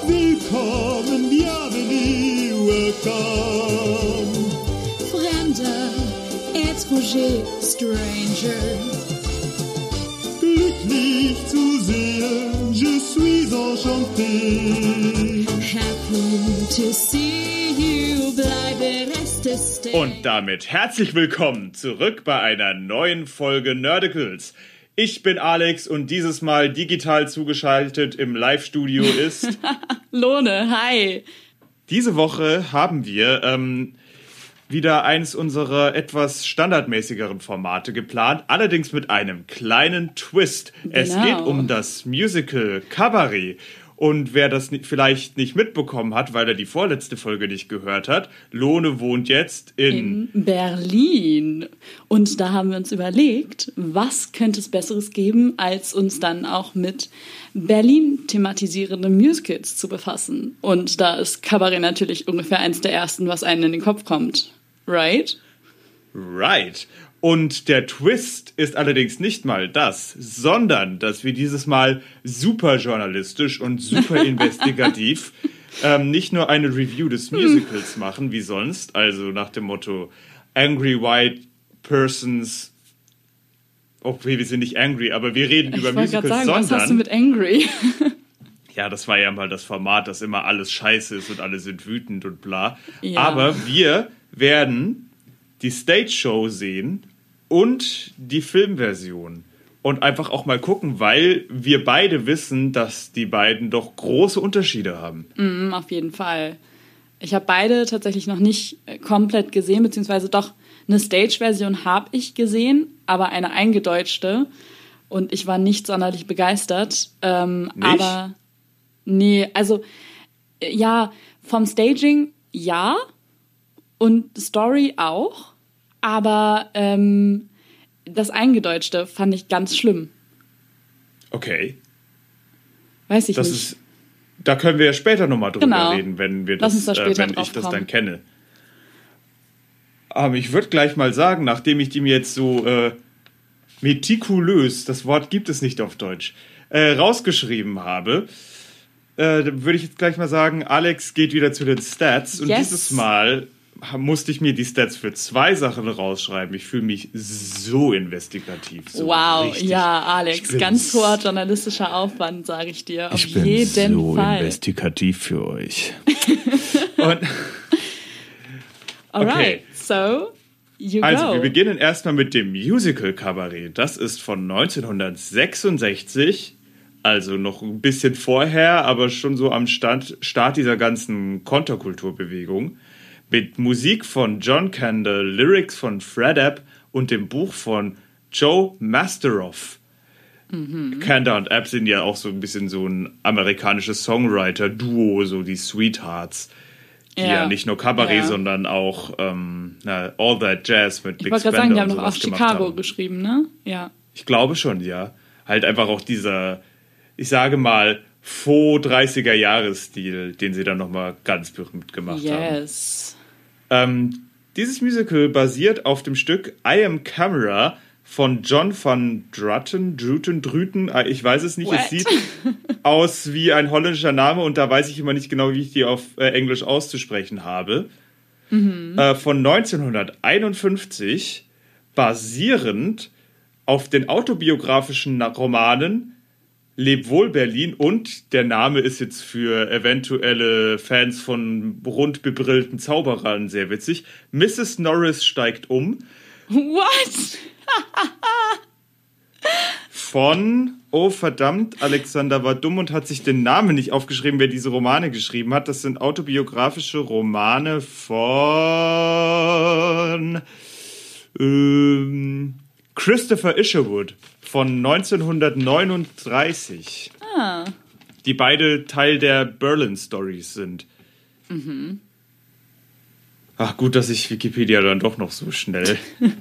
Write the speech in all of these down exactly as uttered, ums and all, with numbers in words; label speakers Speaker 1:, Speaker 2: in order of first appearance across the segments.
Speaker 1: Willkommen, bienvenue, welcome.
Speaker 2: Fremder, étranger, stranger.
Speaker 1: Glücklich zu sehen, je suis enchanté.
Speaker 2: Happy to see you, bleibe reste stay.
Speaker 3: Und damit herzlich willkommen zurück bei einer neuen Folge Nerdicals. Ich bin Alex und dieses Mal digital zugeschaltet im Live-Studio ist...
Speaker 2: Lone, hi.
Speaker 3: Diese Woche haben wir ähm, wieder eines unserer etwas standardmäßigeren Formate geplant, allerdings mit einem kleinen Twist. Genau. Es geht um das Musical Cabaret. Und wer das nicht, vielleicht nicht mitbekommen hat, weil er die vorletzte Folge nicht gehört hat, Lone wohnt jetzt in,
Speaker 2: in Berlin. Und da haben wir uns überlegt, was könnte es Besseres geben, als uns dann auch mit Berlin thematisierenden Musicals zu befassen. Und da ist Cabaret natürlich ungefähr eins der ersten, was einem in den Kopf kommt. Right?
Speaker 3: Right. Und der Twist ist allerdings nicht mal das, sondern dass wir dieses Mal super journalistisch und super investigativ ähm, nicht nur eine Review des Musicals machen, wie sonst, also nach dem Motto Angry White Persons, okay, wir sind nicht angry, aber wir reden
Speaker 2: ich
Speaker 3: über
Speaker 2: Musicals, sagen,
Speaker 3: sondern...
Speaker 2: Was hast du mit angry?
Speaker 3: Ja, das war ja mal das Format, dass immer alles scheiße ist und alle sind wütend und bla.
Speaker 2: Ja.
Speaker 3: Aber wir werden die Stage-Show sehen und die Filmversion. Und einfach auch mal gucken, weil wir beide wissen, dass die beiden doch große Unterschiede haben.
Speaker 2: Mm, auf jeden Fall. Ich habe beide tatsächlich noch nicht komplett gesehen, beziehungsweise doch eine Stage-Version habe ich gesehen, aber eine eingedeutschte. Und ich war nicht sonderlich begeistert. Ähm,
Speaker 3: nicht?
Speaker 2: Aber nee, also ja, vom Staging ja und Story auch. Aber ähm, das Eingedeutschte fand ich ganz schlimm.
Speaker 3: Okay.
Speaker 2: Weiß ich
Speaker 3: das
Speaker 2: nicht.
Speaker 3: Ist, da können wir ja später nochmal drüber
Speaker 2: genau.
Speaker 3: reden, wenn, wir
Speaker 2: Lass
Speaker 3: das,
Speaker 2: uns da später
Speaker 3: äh, wenn
Speaker 2: drauf
Speaker 3: ich das
Speaker 2: kommen.
Speaker 3: dann kenne. Aber ich würde gleich mal sagen, nachdem ich die mir jetzt so äh, metikulös, das Wort gibt es nicht auf Deutsch, äh, rausgeschrieben habe, äh, würde ich jetzt gleich mal sagen, Alex geht wieder zu den Stats. Und
Speaker 2: yes.
Speaker 3: dieses Mal musste ich mir die Stats für zwei Sachen rausschreiben. Ich fühle mich so investigativ. So
Speaker 2: wow,
Speaker 3: richtig.
Speaker 2: ja, Alex, ganz hoher journalistischer Aufwand, sage ich dir. Auf
Speaker 3: ich bin
Speaker 2: jeden
Speaker 3: so
Speaker 2: Fall.
Speaker 3: investigativ für euch. Und,
Speaker 2: Alright,
Speaker 3: okay.
Speaker 2: so you
Speaker 3: also,
Speaker 2: go.
Speaker 3: wir beginnen erstmal mit dem Musical Cabaret. Das ist von neunzehnhundertsechsundsechzig, also noch ein bisschen vorher, aber schon so am Start, Start dieser ganzen Konterkulturbewegung. Mit Musik von John Kander, Lyrics von Fred Epp und dem Buch von Joe Masteroff. Mhm. Kander und Epp sind ja auch so ein bisschen so ein amerikanisches Songwriter-Duo, so die Sweethearts. Die ja, ja nicht nur Cabaret, ja. sondern auch ähm, na, All That Jazz mit
Speaker 2: ich
Speaker 3: Big
Speaker 2: Spender. Ich wollte gerade sagen, die haben doch auch Chicago
Speaker 3: haben.
Speaker 2: geschrieben, ne? Ja.
Speaker 3: Ich glaube schon, ja. Halt einfach auch dieser, ich sage mal, Faux-dreißiger-Jahres-Stil, den sie dann nochmal ganz berühmt gemacht
Speaker 2: yes.
Speaker 3: haben. Yes. Ähm, dieses Musical basiert auf dem Stück I Am Camera von John van Druten, Druten, Druten, ich weiß es nicht,
Speaker 2: What?
Speaker 3: Es sieht aus wie ein holländischer Name und da weiß ich immer nicht genau, wie ich die auf äh, Englisch auszusprechen habe. Mhm. Äh, von neunzehnhunderteinundfünfzig, basierend auf den autobiografischen Romanen Leb wohl Berlin und der Name ist jetzt für eventuelle Fans von rund bebrillten Zauberern sehr witzig. Misses Norris steigt um.
Speaker 2: What?
Speaker 3: Von, oh verdammt, Alexander war dumm und hat sich den Namen nicht aufgeschrieben, wer diese Romane geschrieben hat. Das sind autobiografische Romane von ähm, Christopher Isherwood von neunzehnhundertneununddreißig.
Speaker 2: Ah.
Speaker 3: Die beide Teil der Berlin Stories sind.
Speaker 2: Mhm.
Speaker 3: Ach, gut, dass ich Wikipedia dann doch noch so schnell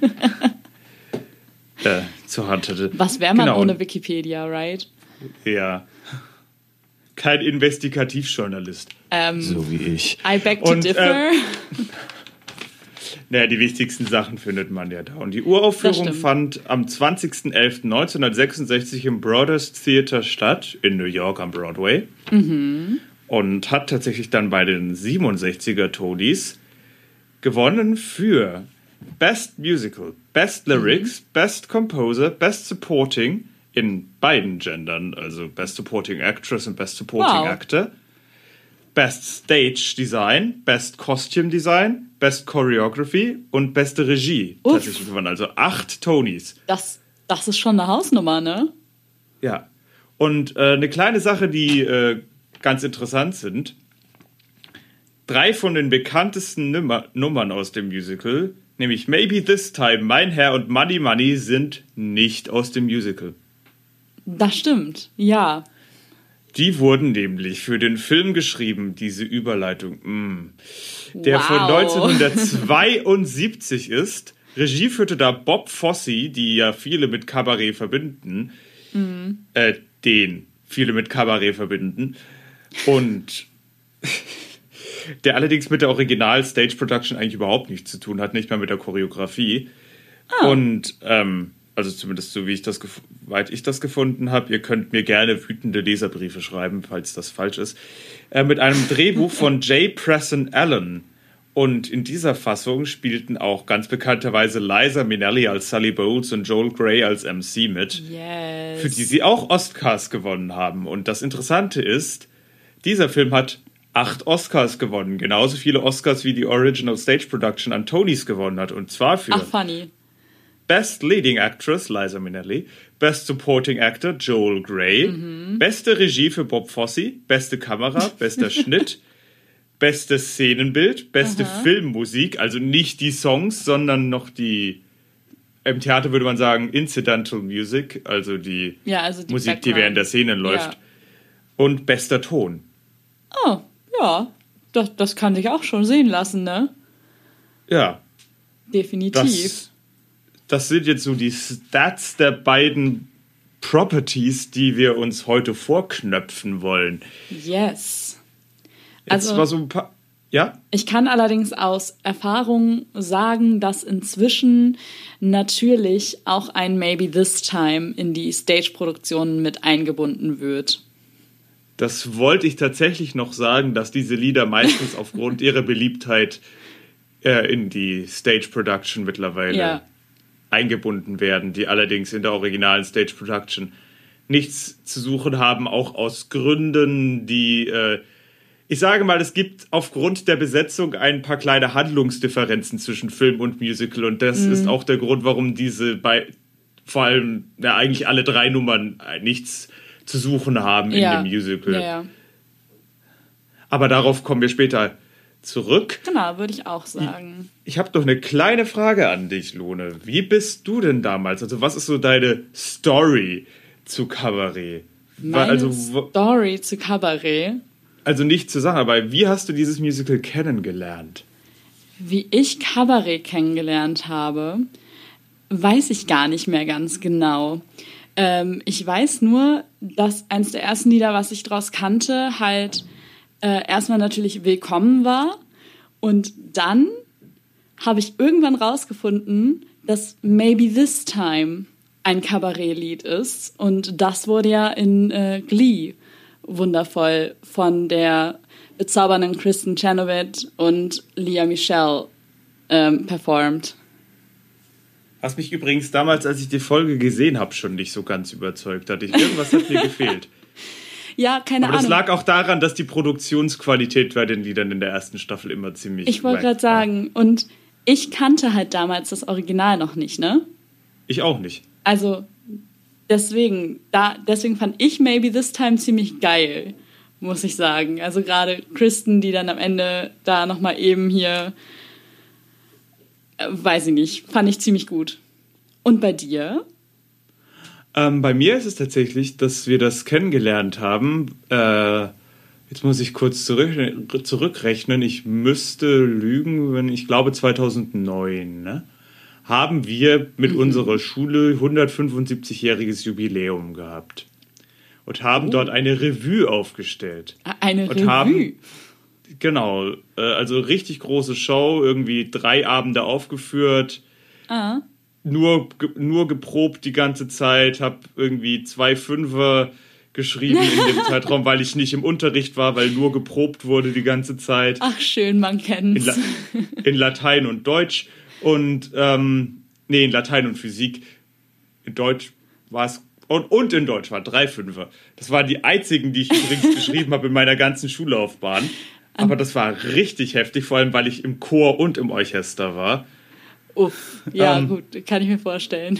Speaker 3: äh, zur Hand hatte.
Speaker 2: Was wäre man
Speaker 3: genau.
Speaker 2: ohne Wikipedia, right?
Speaker 3: Ja. Kein Investigativjournalist.
Speaker 2: Ähm,
Speaker 3: so wie ich.
Speaker 2: I beg to
Speaker 3: Und,
Speaker 2: differ.
Speaker 3: Äh, naja, die wichtigsten Sachen findet man ja da. Und die Uraufführung fand am zwanzigsten elften neunzehnhundertsechsundsechzig im Broaders Theater statt, in New York am Broadway.
Speaker 2: Mhm.
Speaker 3: und hat tatsächlich dann bei den siebenundsechziger Tonys gewonnen für Best Musical, Best Lyrics, mhm. Best Composer, Best Supporting in beiden Gendern, also Best Supporting Actress und Best Supporting wow. Actor, Best Stage Design, Best Costume Design, Best Choreography und Beste Regie Uff. tatsächlich gewonnen. Also acht Tonys.
Speaker 2: Das, das ist schon eine Hausnummer, ne?
Speaker 3: Ja. Und äh, eine kleine Sache, die äh, ganz interessant sind. Drei von den bekanntesten Nummer, Nummern aus dem Musical, nämlich Maybe This Time, Mein Herr und Money Money, sind nicht aus dem Musical.
Speaker 2: Das stimmt, ja.
Speaker 3: Die wurden nämlich für den Film geschrieben, diese Überleitung, mm, der wow. von neunzehnhundertzweiundsiebzig ist. Regie führte da Bob Fosse, die ja viele mit Kabarett verbinden. Mhm. Äh, den viele mit Kabarett verbinden. Und der allerdings mit der Original-Stage-Production eigentlich überhaupt nichts zu tun hat, nicht mal mit der Choreografie. Oh. Und, ähm, also zumindest so wie ich das, weit ich das gefunden habe, ihr könnt mir gerne wütende Leserbriefe schreiben, falls das falsch ist, äh, mit einem Drehbuch von J. Preston Allen. Und in dieser Fassung spielten auch ganz bekannterweise Liza Minnelli als Sally Bowles und Joel Grey als M C mit,
Speaker 2: yes.
Speaker 3: für die sie auch Oscars gewonnen haben. Und das Interessante ist, dieser Film hat acht Oscars gewonnen, genauso viele Oscars wie die Original Stage Production an Tonys gewonnen hat. Und zwar für
Speaker 2: Ach, funny.
Speaker 3: Best Leading Actress, Liza Minnelli, Best Supporting Actor, Joel Grey, mhm. beste Regie für Bob Fosse, beste Kamera, bester Schnitt, bestes Szenenbild, beste Aha. Filmmusik, also nicht die Songs, sondern noch die, im Theater würde man sagen, Incidental Music, also die,
Speaker 2: ja, also die
Speaker 3: Musik,
Speaker 2: Background.
Speaker 3: die während der Szenen läuft.
Speaker 2: Ja.
Speaker 3: Und bester Ton.
Speaker 2: Oh, ja, das, das kann sich auch schon sehen lassen, ne?
Speaker 3: Ja.
Speaker 2: Definitiv.
Speaker 3: Das, das sind jetzt so die Stats der beiden Properties, die wir uns heute vorknöpfen wollen.
Speaker 2: Yes.
Speaker 3: Jetzt also, war so ein paar, ja?
Speaker 2: Ich kann allerdings aus Erfahrung sagen, dass inzwischen natürlich auch ein Maybe This Time in die Stage-Produktionen mit eingebunden wird.
Speaker 3: Das wollte ich tatsächlich noch sagen, dass diese Lieder meistens aufgrund ihrer Beliebtheit äh, in die Stage-Production mittlerweile ja. eingebunden werden, die allerdings in der originalen Stage-Production nichts zu suchen haben, auch aus Gründen, die... Äh, Ich sage mal, es gibt aufgrund der Besetzung ein paar kleine Handlungsdifferenzen zwischen Film und Musical und das mhm. ist auch der Grund, warum diese bei vor allem ja, eigentlich alle drei Nummern nichts zu suchen haben
Speaker 2: ja.
Speaker 3: in dem Musical.
Speaker 2: Ja, ja.
Speaker 3: Aber darauf kommen wir später zurück.
Speaker 2: Genau, würde ich auch sagen.
Speaker 3: Ich, ich habe doch eine kleine Frage an dich, Lone. Wie bist du denn damals? Also was ist so deine Story zu Kabarett?
Speaker 2: Meine
Speaker 3: also,
Speaker 2: Story zu Kabarett?
Speaker 3: Also nicht zu sagen, aber wie hast du dieses Musical kennengelernt?
Speaker 2: Wie ich Kabarett kennengelernt habe, weiß ich gar nicht mehr ganz genau. Ähm, ich weiß nur, dass eines der ersten Lieder, was ich daraus kannte, halt äh, erstmal natürlich Willkommen war. Und dann habe ich irgendwann rausgefunden, dass Maybe This Time ein Kabarettlied ist. Und das wurde ja in äh, Glee wundervoll von der bezaubernden Kristen Chenoweth und Lea Michele ähm, performt.
Speaker 3: Was mich übrigens damals, als ich die Folge gesehen habe, schon nicht so ganz überzeugt hat. Ich, irgendwas hat mir gefehlt.
Speaker 2: Ja, keine
Speaker 3: Aber
Speaker 2: Ahnung.
Speaker 3: Aber das lag auch daran, dass die Produktionsqualität bei den Liedern in der ersten Staffel immer ziemlich...
Speaker 2: Ich wollte gerade sagen, und ich kannte halt damals das Original noch nicht, ne?
Speaker 3: Ich auch nicht.
Speaker 2: Also... Deswegen, da, deswegen fand ich Maybe This Time ziemlich geil, muss ich sagen. Also gerade Kristen, die dann am Ende da nochmal eben hier, äh, weiß ich nicht, fand ich ziemlich gut. Und bei dir?
Speaker 3: Ähm, bei mir ist es tatsächlich, dass wir das kennengelernt haben. Äh, jetzt muss ich kurz zurück, zurückrechnen. Ich müsste lügen, wenn ich glaube zweitausendneun, ne? haben wir mit mhm. unserer Schule hundertfünfundsiebzigjähriges Jubiläum gehabt und haben oh. dort eine Revue aufgestellt.
Speaker 2: Eine
Speaker 3: und
Speaker 2: Revue?
Speaker 3: Haben, genau, also richtig große Show, irgendwie drei Abende aufgeführt,
Speaker 2: ah.
Speaker 3: nur, nur geprobt die ganze Zeit, hab irgendwie zwei Fünfer geschrieben in dem Zeitraum, weil ich nicht im Unterricht war, weil nur geprobt wurde die ganze Zeit.
Speaker 2: Ach schön, man kennt's.
Speaker 3: In, La- in Latein und Deutsch und ähm, nee, in Latein und Physik. In Deutsch war es und, und in Deutsch war drei Fünfer. Das waren die einzigen, die ich übrigens geschrieben habe in meiner ganzen Schullaufbahn. Aber das war richtig heftig, vor allem, weil ich im Chor und im Orchester war.
Speaker 2: Uff, ja
Speaker 3: ähm,
Speaker 2: gut, kann ich mir vorstellen.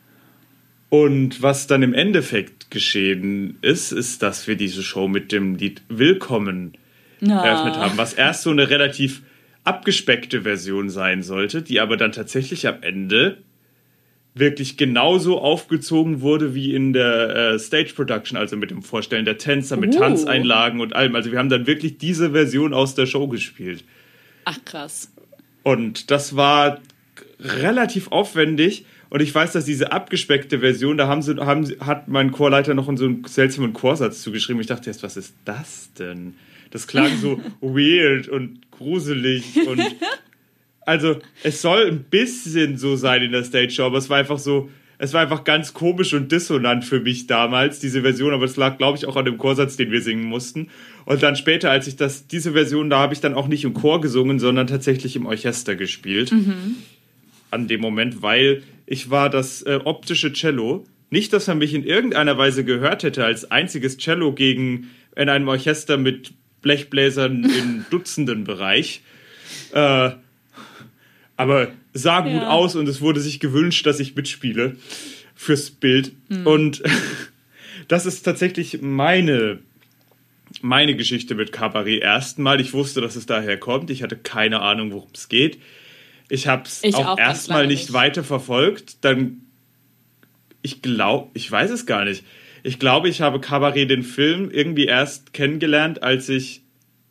Speaker 3: Und was dann im Endeffekt geschehen ist, ist, dass wir diese Show mit dem Lied Willkommen
Speaker 2: Na.
Speaker 3: eröffnet haben, was erst so eine relativ abgespeckte Version sein sollte, die aber dann tatsächlich am Ende wirklich genauso aufgezogen wurde wie in der äh, Stage Production, also mit dem Vorstellen der Tänzer, mit
Speaker 2: uh.
Speaker 3: Tanzeinlagen und allem. Also wir haben dann wirklich diese Version aus der Show gespielt.
Speaker 2: Ach krass.
Speaker 3: Und das war relativ aufwendig. Und ich weiß, dass diese abgespeckte Version, da haben sie, haben, sie- hat mein Chorleiter noch in so einen seltsamen Chorsatz zugeschrieben. Ich dachte erst, was ist das denn? Das klang so weird und gruselig. Und also, es soll ein bisschen so sein in der Stage-Show, aber es war einfach so, es war einfach ganz komisch und dissonant für mich damals, diese Version. Aber es lag, glaube ich, auch an dem Chorsatz, den wir singen mussten. Und dann später, als ich das, diese Version, da habe ich dann auch nicht im Chor gesungen, sondern tatsächlich im Orchester gespielt.
Speaker 2: Mhm.
Speaker 3: An dem Moment, weil ich war das äh, optische Cello. Nicht, dass er mich in irgendeiner Weise gehört hätte als einziges Cello gegen in einem Orchester mit Blechbläsern im Dutzenden Bereich. Äh, aber sah gut
Speaker 2: Ja.
Speaker 3: aus und es wurde sich gewünscht, dass ich mitspiele fürs Bild. Und das ist tatsächlich meine, meine Geschichte mit Kabarett erstmal. Ich wusste, dass es daher kommt. Ich hatte keine Ahnung, worum es geht. Ich habe es
Speaker 2: Ich
Speaker 3: auch,
Speaker 2: auch ganz
Speaker 3: erstmal
Speaker 2: lange
Speaker 3: nicht
Speaker 2: nicht.
Speaker 3: weiter verfolgt. Dann, ich glaube, ich weiß es gar nicht. Ich glaube, ich habe Kabarett, den Film, irgendwie erst kennengelernt, als ich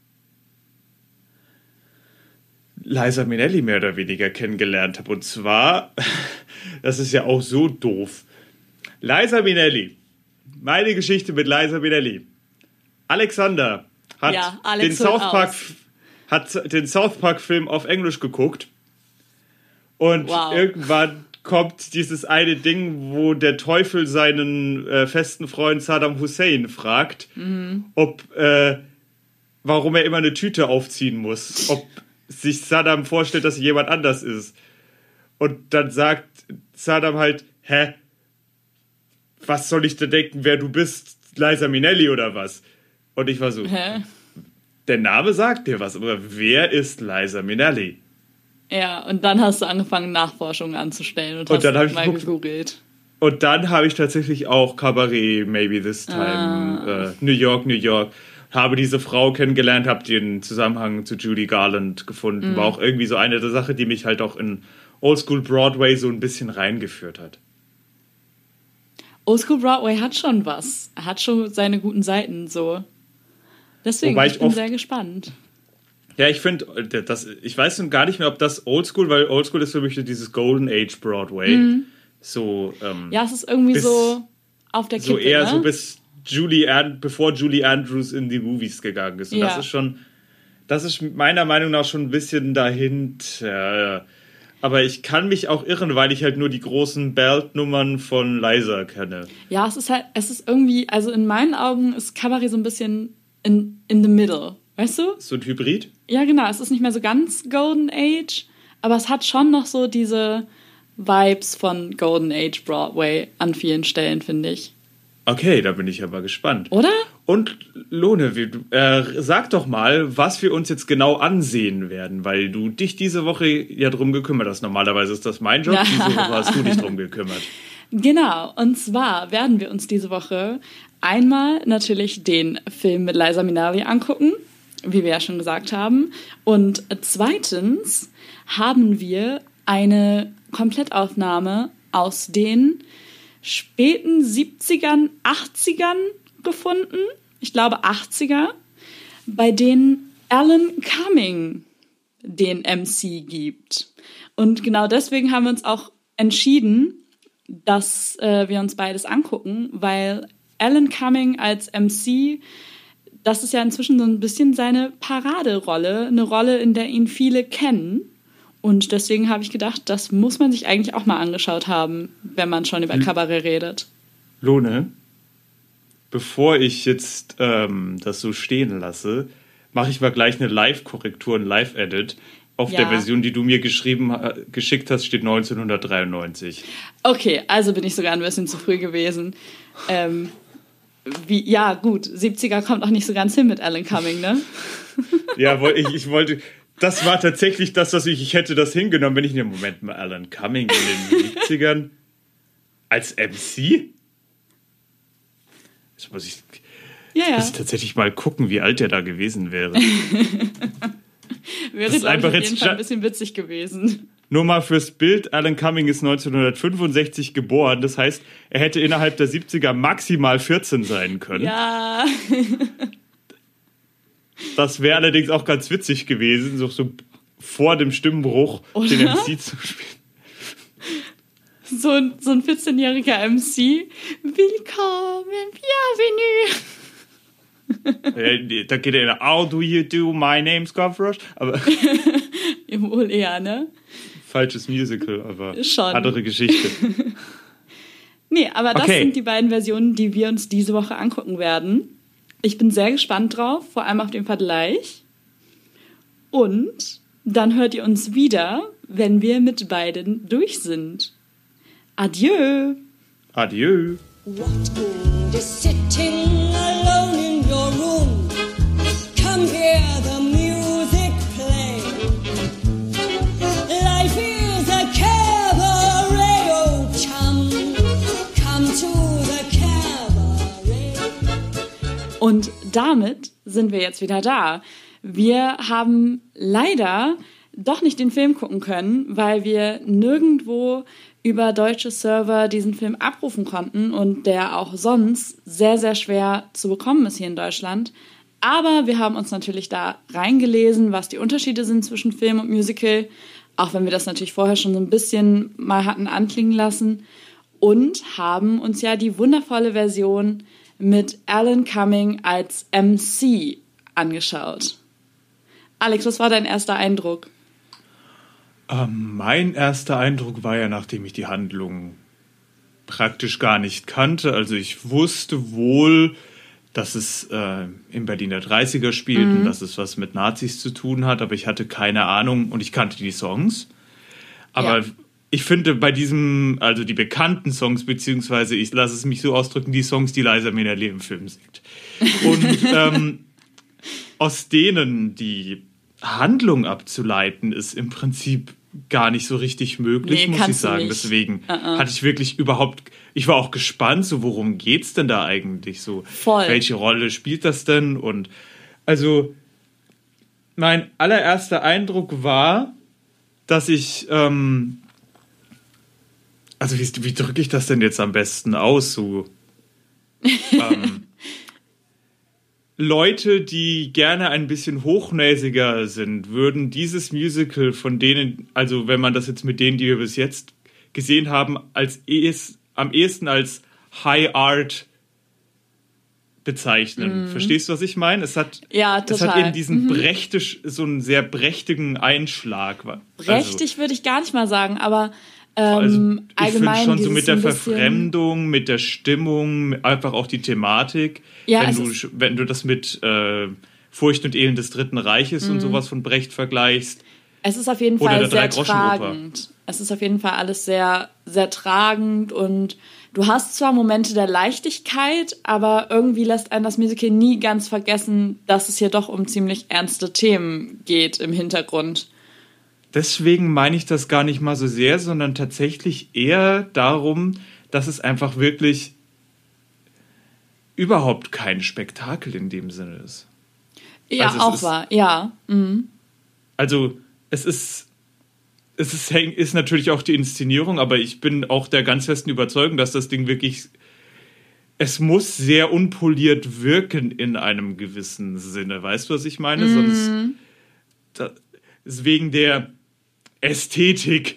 Speaker 3: Liza Minnelli mehr oder weniger kennengelernt habe. Und zwar, das ist ja auch so doof. Liza Minnelli. Meine Geschichte mit Liza Minnelli. Alexander hat
Speaker 2: Ja, Alex
Speaker 3: den
Speaker 2: holt
Speaker 3: South Park
Speaker 2: aus.
Speaker 3: hat den South Park Film auf Englisch geguckt und
Speaker 2: Wow.
Speaker 3: irgendwann kommt dieses eine Ding, wo der Teufel seinen äh, festen Freund Saddam Hussein fragt,
Speaker 2: Mhm.
Speaker 3: ob äh, warum er immer eine Tüte aufziehen muss, ob sich Saddam vorstellt, dass er jemand anders ist. Und dann sagt Saddam halt, hä, was soll ich denn denken, wer du bist? Liza Minnelli oder was? Und ich war so,
Speaker 2: Hä?
Speaker 3: der Name sagt dir was, aber wer ist Liza Minnelli?
Speaker 2: Ja, und dann hast du angefangen, Nachforschungen anzustellen und,
Speaker 3: Und
Speaker 2: hast
Speaker 3: dann hab ich
Speaker 2: mal
Speaker 3: geguckt-
Speaker 2: gegoogelt.
Speaker 3: Und dann habe ich tatsächlich auch Cabaret, Maybe This Time,
Speaker 2: Ah.
Speaker 3: äh, New York, New York, habe diese Frau kennengelernt, habe den Zusammenhang zu Judy Garland gefunden.
Speaker 2: Mhm.
Speaker 3: War auch irgendwie so eine der Sachen, die mich halt auch in Oldschool Broadway so ein bisschen reingeführt hat.
Speaker 2: Oldschool Broadway hat schon was. Er hat schon seine guten Seiten, so. Deswegen,
Speaker 3: Wobei
Speaker 2: ich
Speaker 3: ich
Speaker 2: bin
Speaker 3: oft-
Speaker 2: sehr gespannt.
Speaker 3: Ja, ich finde, das, ich weiß nun gar nicht mehr, ob das Oldschool, weil Oldschool ist für mich so dieses Golden Age Broadway. So, ähm,
Speaker 2: Ja, es ist irgendwie
Speaker 3: Bis-
Speaker 2: so auf der Kippe,
Speaker 3: so eher
Speaker 2: ne?
Speaker 3: so bis Julie An bevor Julie Andrews in die Movies gegangen ist. Und
Speaker 2: Ja.
Speaker 3: das ist schon, das ist meiner Meinung nach schon ein bisschen dahinter. Aber ich kann mich auch irren, weil ich halt nur die großen Belt-Nummern von Liza kenne.
Speaker 2: Ja, es ist halt, es ist irgendwie, also in meinen Augen ist Cabaret so ein bisschen in, in the middle, weißt du?
Speaker 3: So ein Hybrid?
Speaker 2: Ja, genau, es ist nicht mehr so ganz Golden Age, aber es hat schon noch so diese Vibes von Golden Age Broadway an vielen Stellen, finde ich.
Speaker 3: Okay, da bin ich aber gespannt.
Speaker 2: Oder?
Speaker 3: Und Lone, wie, äh, sag doch mal, was wir uns jetzt genau ansehen werden, weil du dich diese Woche ja drum gekümmert hast. Normalerweise ist das mein Job,
Speaker 2: Ja.
Speaker 3: diese Woche hast du dich drum gekümmert.
Speaker 2: Genau, und zwar werden wir uns diese Woche einmal natürlich den Film mit Liza Minnelli angucken, wie wir ja schon gesagt haben. Und zweitens haben wir eine Komplettaufnahme aus den späten siebzigern, achtzigern gefunden. Ich glaube achtziger, bei denen Alan Cumming den M C gibt. Und genau deswegen haben wir uns auch entschieden, dass äh, wir uns beides angucken, weil Alan Cumming als M C, das ist ja inzwischen so ein bisschen seine Paraderolle, eine Rolle, in der ihn viele kennen. Und deswegen habe ich gedacht, das muss man sich eigentlich auch mal angeschaut haben, wenn man schon über Kabarett redet.
Speaker 3: Lone, bevor ich jetzt ähm, das so stehen lasse, mache ich mal gleich eine Live-Korrektur, ein Live-Edit. Auf
Speaker 2: Ja.
Speaker 3: der Version, die du mir geschrieben, geschickt hast, steht neunzehnhundertdreiundneunzig.
Speaker 2: Okay, also bin ich sogar ein bisschen zu früh gewesen. Ähm, wie, ja, gut, siebziger kommt auch nicht so ganz hin mit Alan Cumming, ne?
Speaker 3: Ja, ich, ich wollte... Das war tatsächlich das, was ich... Ich hätte das hingenommen, wenn ich... Im Moment mal Alan Cumming in den siebzigern als M C? Jetzt muss ich...
Speaker 2: Ja, ja.
Speaker 3: Muss ich tatsächlich mal gucken, wie alt der da gewesen wäre.
Speaker 2: Wäre,
Speaker 3: das ist
Speaker 2: glaube ich,
Speaker 3: einfach
Speaker 2: auf jeden
Speaker 3: jetzt
Speaker 2: Fall
Speaker 3: scha-
Speaker 2: ein bisschen witzig gewesen.
Speaker 3: Nur mal fürs Bild, Alan Cumming ist neunzehnhundertfünfundsechzig geboren. Das heißt, er hätte innerhalb der siebziger maximal vierzehn sein können.
Speaker 2: Ja.
Speaker 3: Das wäre allerdings auch ganz witzig gewesen, so, so vor dem Stimmbruch
Speaker 2: Oder?
Speaker 3: den M C zu spielen.
Speaker 2: So ein, so ein vierzehnjähriger M C. Willkommen, bienvenue.
Speaker 3: Äh, Da geht er in, how do you do, my name's Gavroche. Aber
Speaker 2: Wohl eher, ne?
Speaker 3: falsches Musical, aber
Speaker 2: Schon.
Speaker 3: andere Geschichte.
Speaker 2: Nee, aber das
Speaker 3: Okay.
Speaker 2: sind die beiden Versionen, die wir uns diese Woche angucken werden. Ich bin sehr gespannt drauf, vor allem auf den Vergleich. Und dann hört ihr uns wieder, wenn wir mit beiden durch sind. Adieu!
Speaker 3: Adieu.
Speaker 4: What good is sitting alone in your room? Come hear the music play. Life is a cabaret, oh chum. Come to the cabaret.
Speaker 2: Und damit sind wir jetzt wieder da. Wir haben leider doch nicht den Film gucken können, weil wir nirgendwo über deutsche Server diesen Film abrufen konnten und der auch sonst sehr, sehr schwer zu bekommen ist hier in Deutschland. Aber wir haben uns natürlich da reingelesen, was die Unterschiede sind zwischen Film und Musical, auch wenn wir das natürlich vorher schon so ein bisschen mal hatten anklingen lassen, und haben uns ja die wundervolle Version mit Alan Cumming als M C angeschaut. Alex, was war dein erster Eindruck?
Speaker 3: Ähm, mein erster Eindruck war ja, nachdem ich die Handlung praktisch gar nicht kannte. Also ich wusste wohl, dass es äh, im Berliner dreißiger spielt
Speaker 2: Mhm.
Speaker 3: und dass es was mit Nazis zu tun hat, aber ich hatte keine Ahnung und ich kannte die Songs. Aber
Speaker 2: Ja.
Speaker 3: ich finde bei diesem, also die bekannten Songs, beziehungsweise ich lasse es mich so ausdrücken, die Songs, die Liza Minnelli im Film singt. Und ähm, aus denen die Handlung abzuleiten, ist im Prinzip gar nicht so richtig möglich,
Speaker 2: Nee,
Speaker 3: muss ich
Speaker 2: kannst du
Speaker 3: sagen.
Speaker 2: nicht.
Speaker 3: Deswegen
Speaker 2: Uh-uh.
Speaker 3: hatte ich wirklich überhaupt, ich war auch gespannt, so worum geht's denn da eigentlich so?
Speaker 2: Voll.
Speaker 3: Welche Rolle spielt das denn? Und also mein allererster Eindruck war, dass ich, ähm, also wie, wie drücke ich das denn jetzt am besten aus? So ähm, Leute, die gerne ein bisschen hochnäsiger sind, würden dieses Musical von denen, also wenn man das jetzt mit denen, die wir bis jetzt gesehen haben, als ehes, am ehesten als High Art bezeichnen. Verstehst du, was ich meine? Es hat,
Speaker 2: Ja,
Speaker 3: es hat
Speaker 2: total.
Speaker 3: eben diesen brechtisch, so einen sehr prächtigen Einschlag. Also,
Speaker 2: Prächtig würde ich gar nicht mal sagen, aber ähm,
Speaker 3: also ich finde
Speaker 2: allgemein
Speaker 3: schon so
Speaker 2: dieses
Speaker 3: mit der
Speaker 2: ein bisschen-
Speaker 3: Verfremdung, mit der Stimmung, einfach auch die Thematik.
Speaker 2: Ja,
Speaker 3: wenn,
Speaker 2: es
Speaker 3: du,
Speaker 2: ist-
Speaker 3: wenn du das mit äh, Furcht und Elend des Dritten Reiches
Speaker 2: Mhm.
Speaker 3: und sowas von Brecht vergleichst.
Speaker 2: Es ist auf jeden
Speaker 3: Oder
Speaker 2: Fall
Speaker 3: der
Speaker 2: sehr
Speaker 3: Drei-Groschen-Oper.
Speaker 2: tragend. Es ist auf jeden Fall alles sehr, sehr tragend und du hast zwar Momente der Leichtigkeit, aber irgendwie lässt einen das Musical nie ganz vergessen, dass es hier doch um ziemlich ernste Themen geht im Hintergrund.
Speaker 3: Deswegen meine ich das gar nicht mal so sehr, sondern tatsächlich eher darum, dass es einfach wirklich überhaupt kein Spektakel in dem Sinne ist.
Speaker 2: Ja,
Speaker 3: Also es
Speaker 2: auch
Speaker 3: ist-
Speaker 2: wahr, ja. Mhm.
Speaker 3: Also es ist, es ist, ist natürlich auch die Inszenierung, aber ich bin auch der ganz festen Überzeugung, dass das Ding wirklich, es muss sehr unpoliert wirken in einem gewissen Sinne. Weißt du, was ich meine?
Speaker 2: Mhm.
Speaker 3: Sonst, da, ist wegen der Ästhetik.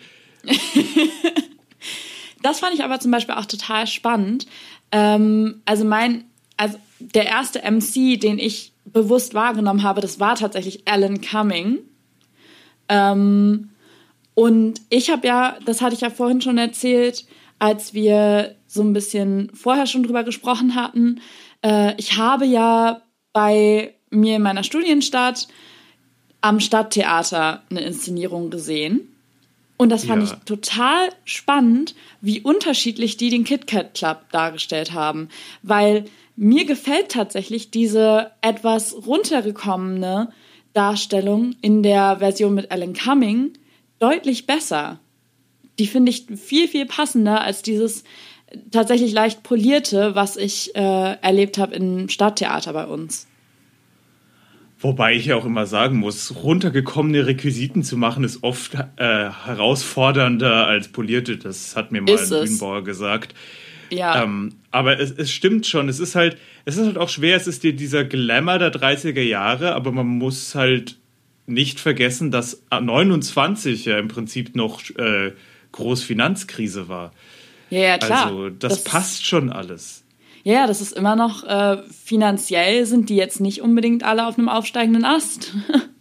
Speaker 2: Das fand ich aber zum Beispiel auch total spannend. Ähm, also mein, also der erste M C, den ich bewusst wahrgenommen habe, das war tatsächlich Alan Cumming. Ähm, und ich habe ja, das hatte ich ja vorhin schon erzählt, als wir so ein bisschen vorher schon drüber gesprochen hatten, äh, ich habe ja bei mir in meiner Studienstadt am Stadttheater eine Inszenierung gesehen. Und das fand
Speaker 3: Ja.
Speaker 2: ich total spannend, wie unterschiedlich die den Kit Kat Club dargestellt haben. Weil mir gefällt tatsächlich diese etwas runtergekommene Darstellung in der Version mit Alan Cumming deutlich besser. Die finde ich viel, viel passender als dieses tatsächlich leicht polierte, was ich äh, erlebt habe im Stadttheater bei uns.
Speaker 3: Wobei ich ja auch immer sagen muss, runtergekommene Requisiten zu machen, ist oft äh, herausfordernder als polierte. Das hat mir mal
Speaker 2: Ist
Speaker 3: ein
Speaker 2: es.
Speaker 3: Bühnenbauer gesagt.
Speaker 2: Ja,
Speaker 3: Ähm, aber es, es stimmt schon. Es ist halt, es ist halt auch schwer. Es ist dir dieser Glamour der dreißiger Jahre, aber man muss halt nicht vergessen, dass neunundzwanzig ja im Prinzip noch äh, Großfinanzkrise war.
Speaker 2: ja, ja, klar.
Speaker 3: Also das, passt schon alles.
Speaker 2: Ja, das ist immer noch, äh, finanziell sind die jetzt nicht unbedingt alle auf einem aufsteigenden Ast.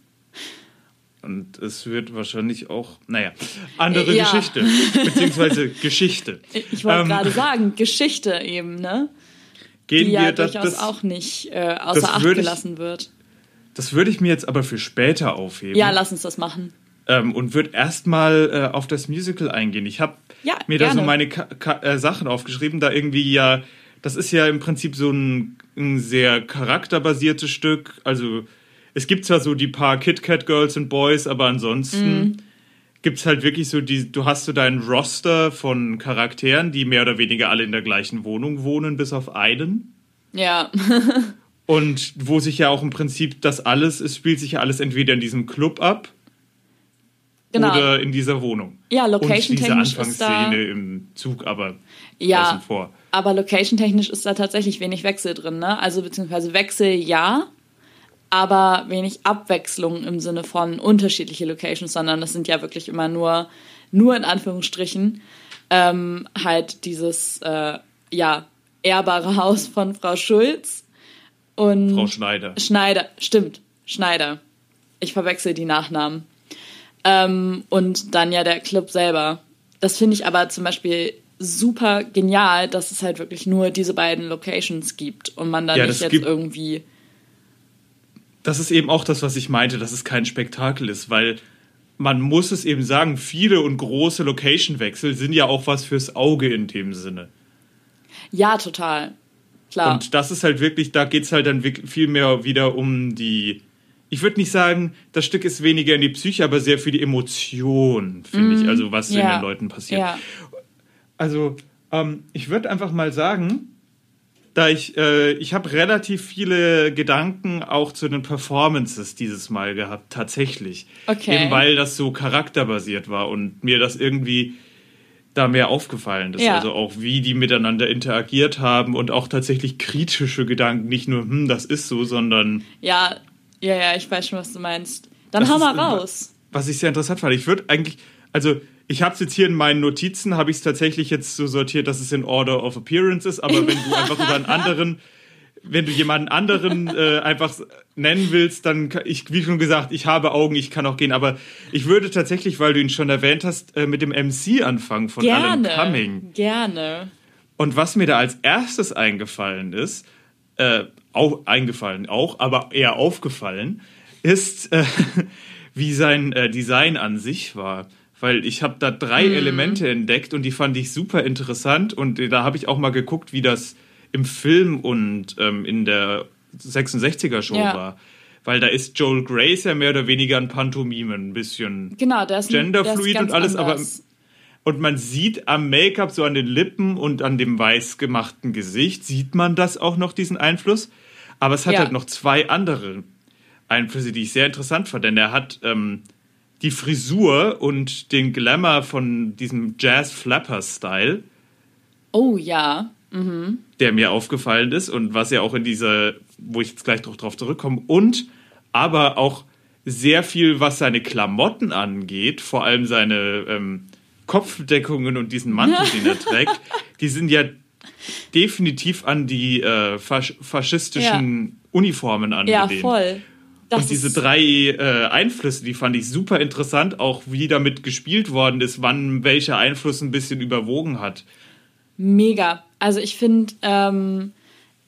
Speaker 3: Und es wird wahrscheinlich auch, naja, andere
Speaker 2: Ja.
Speaker 3: Geschichte. Beziehungsweise Geschichte.
Speaker 2: Ich wollte
Speaker 3: Ähm,
Speaker 2: gerade sagen, Geschichte eben, ne?
Speaker 3: Gehen
Speaker 2: Die ja
Speaker 3: wir das,
Speaker 2: durchaus
Speaker 3: das,
Speaker 2: auch nicht äh, außer
Speaker 3: das
Speaker 2: Acht
Speaker 3: würde ich-
Speaker 2: gelassen wird.
Speaker 3: das würde ich mir jetzt aber für später aufheben.
Speaker 2: Ja, lass uns das machen.
Speaker 3: ähm, und würde erstmal äh, auf das Musical eingehen. Ich habe
Speaker 2: Ja,
Speaker 3: mir da so
Speaker 2: gerne.
Speaker 3: meine Ka Ka äh, Sachen aufgeschrieben, da irgendwie ja, das ist ja im Prinzip so ein, ein sehr charakterbasiertes Stück. Also es gibt zwar so die paar Kit Kat Girls and Boys, aber ansonsten
Speaker 2: Mhm.
Speaker 3: gibt's halt wirklich so die, du hast so deinen Roster von Charakteren, die mehr oder weniger alle in der gleichen Wohnung wohnen, bis auf einen.
Speaker 2: Ja,
Speaker 3: Und wo sich ja auch im Prinzip das alles, es spielt sich ja alles entweder in diesem Club ab
Speaker 2: genau.
Speaker 3: oder in dieser Wohnung.
Speaker 2: Ja,
Speaker 3: Und diese
Speaker 2: location-technisch ist da-
Speaker 3: Anfangsszene im Zug, aber
Speaker 2: Ja.
Speaker 3: außen vor.
Speaker 2: Aber location-technisch ist da tatsächlich wenig Wechsel drin, ne? Also beziehungsweise Wechsel ja, aber wenig Abwechslung im Sinne von unterschiedliche Locations, sondern das sind ja wirklich immer nur, nur in Anführungsstrichen, ähm, halt dieses, äh, ja, ehrbare Haus von Frau Schulz und
Speaker 3: Frau Schneider.
Speaker 2: Schneider, stimmt, Schneider. Ich verwechsel die Nachnamen. Ähm, und dann ja der Club selber. Das finde ich aber zum Beispiel super genial, dass es halt wirklich nur diese beiden Locations gibt und man da
Speaker 3: Ja,
Speaker 2: nicht
Speaker 3: das
Speaker 2: jetzt
Speaker 3: gibt-
Speaker 2: irgendwie...
Speaker 3: Das ist eben auch das, was ich meinte, dass es kein Spektakel ist, weil man muss es eben sagen, viele und große Location-Wechsel sind ja auch was fürs Auge in dem Sinne.
Speaker 2: Ja, total. Klar.
Speaker 3: Und das ist halt wirklich, da geht es halt dann wirklich viel mehr wieder um die, ich würde nicht sagen, das Stück ist weniger in die Psyche, aber sehr für die Emotion, finde ich, also was in
Speaker 2: ja.
Speaker 3: den Leuten passiert.
Speaker 2: Ja.
Speaker 3: Also, ähm, ich würde einfach mal sagen, da ich, äh, ich habe relativ viele Gedanken auch zu den Performances dieses Mal gehabt, tatsächlich.
Speaker 2: Okay.
Speaker 3: Eben weil das so charakterbasiert war und mir das irgendwie da mehr aufgefallen ist.
Speaker 2: Ja.
Speaker 3: Also auch wie die miteinander interagiert haben und auch tatsächlich kritische Gedanken, nicht nur, hm, das ist so, sondern
Speaker 2: ja, ja, ja, ich weiß schon, was du meinst. Dann
Speaker 3: Das
Speaker 2: hau
Speaker 3: ist
Speaker 2: mal
Speaker 3: immer-
Speaker 2: raus.
Speaker 3: was ich sehr interessant fand. Ich würde eigentlich, also ich habe es jetzt hier in meinen Notizen, habe ich es tatsächlich jetzt so sortiert, dass es in Order of Appearance ist, aber wenn du einfach über einen anderen, wenn du jemanden anderen äh, einfach nennen willst, dann, kann ich, wie schon gesagt, ich habe Augen, ich kann auch gehen, aber ich würde tatsächlich, weil du ihn schon erwähnt hast, äh, mit dem M C anfangen von Alan
Speaker 2: Gerne,
Speaker 3: Cumming.
Speaker 2: gerne.
Speaker 3: Und was mir da als erstes eingefallen ist, äh, auch eingefallen auch, aber eher aufgefallen, ist, äh, wie sein äh, Design an sich war. Weil ich habe da drei
Speaker 2: Mhm.
Speaker 3: Elemente entdeckt und die fand ich super interessant. Und äh, da habe ich auch mal geguckt, wie das im Film und ähm, in der sechsundsechziger-Show
Speaker 2: Ja.
Speaker 3: war. Weil da ist Joel Grace ja mehr oder weniger ein Pantomime, ein bisschen
Speaker 2: Genau, der ist der
Speaker 3: genderfluid
Speaker 2: ist ganz
Speaker 3: und alles, aber
Speaker 2: anders.
Speaker 3: und man sieht am Make-up, so an den Lippen und an dem weiß gemachten Gesicht, sieht man das auch noch, diesen Einfluss. Aber es hat
Speaker 2: Ja.
Speaker 3: halt noch zwei andere Einflüsse, die ich sehr interessant fand. Denn er hat ähm, die Frisur und den Glamour von diesem Jazz-Flapper-Style,
Speaker 2: Oh ja.
Speaker 3: der mir aufgefallen ist und was ja auch in dieser, wo ich jetzt gleich noch drauf zurückkomme, und aber auch sehr viel, was seine Klamotten angeht, vor allem seine ähm, Kopfdeckungen und diesen Mantel, den er trägt, die sind ja definitiv an die äh, fasch faschistischen Uniformen
Speaker 2: Ja,
Speaker 3: angelehnt.
Speaker 2: voll. Das
Speaker 3: Und diese
Speaker 2: ist-
Speaker 3: drei äh, Einflüsse, die fand ich super interessant, auch wie damit gespielt worden ist, wann welcher Einfluss ein bisschen überwogen hat.
Speaker 2: Mega. Also ich finde, ähm, ich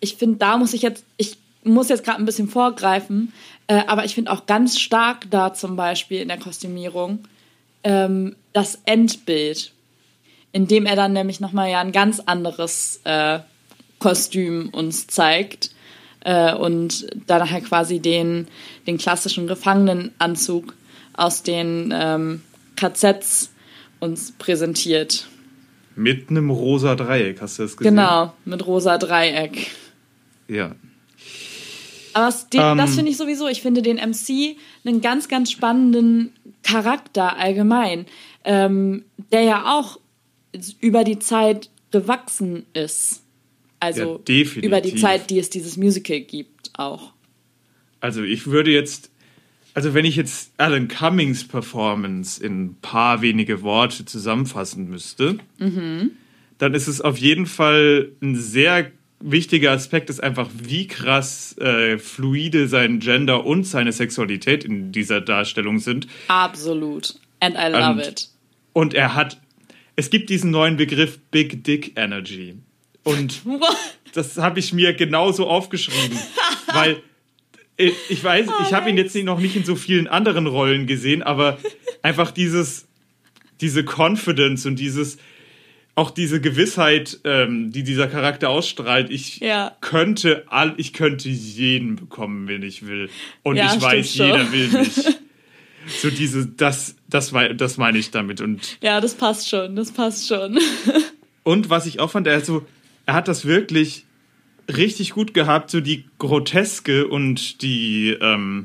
Speaker 2: ich finde, da muss ich jetzt, ich muss jetzt gerade ein bisschen vorgreifen, äh, aber ich finde auch ganz stark da zum Beispiel in der Kostümierung ähm, das Endbild, in dem er dann nämlich nochmal ja ein ganz anderes äh, Kostüm uns zeigt äh, und dann nachher quasi den, den klassischen Gefangenenanzug aus den ähm, K Zs uns präsentiert.
Speaker 3: Mit einem rosa Dreieck, hast du das gesehen?
Speaker 2: Genau, mit rosa Dreieck.
Speaker 3: Ja.
Speaker 2: Aber es, den,
Speaker 3: Ähm.
Speaker 2: das finde ich sowieso, ich finde den M C einen ganz, ganz spannenden Charakter allgemein, ähm, der ja auch über die Zeit gewachsen ist. Also
Speaker 3: Ja, definitiv.
Speaker 2: über die Zeit, die es dieses Musical gibt auch.
Speaker 3: Also ich würde jetzt, also wenn ich jetzt Alan Cummings Performance in ein paar wenige Worte zusammenfassen müsste, mhm. dann ist es auf jeden Fall ein sehr wichtiger Aspekt, ist einfach, wie krass äh, fluide sein Gender und seine Sexualität in dieser Darstellung sind.
Speaker 2: Absolut. And I love
Speaker 3: und,
Speaker 2: it.
Speaker 3: Und er hat, es gibt diesen neuen Begriff Big Dick Energy. Und das habe ich mir genauso aufgeschrieben, weil ich weiß, ich habe ihn jetzt noch nicht in so vielen anderen Rollen gesehen, aber einfach dieses, diese Confidence und dieses, auch diese Gewissheit, ähm, die dieser Charakter ausstrahlt, ich
Speaker 2: ja.
Speaker 3: könnte all, ich könnte jeden bekommen, wenn ich will. Und
Speaker 2: ja,
Speaker 3: ich weiß,
Speaker 2: schon.
Speaker 3: jeder will nicht. So diese, das, das, das meine ich damit. Und
Speaker 2: ja, das passt schon, das passt schon.
Speaker 3: Und was ich auch fand, er hat so, er hat das wirklich richtig gut gehabt, so die Groteske und die, ähm,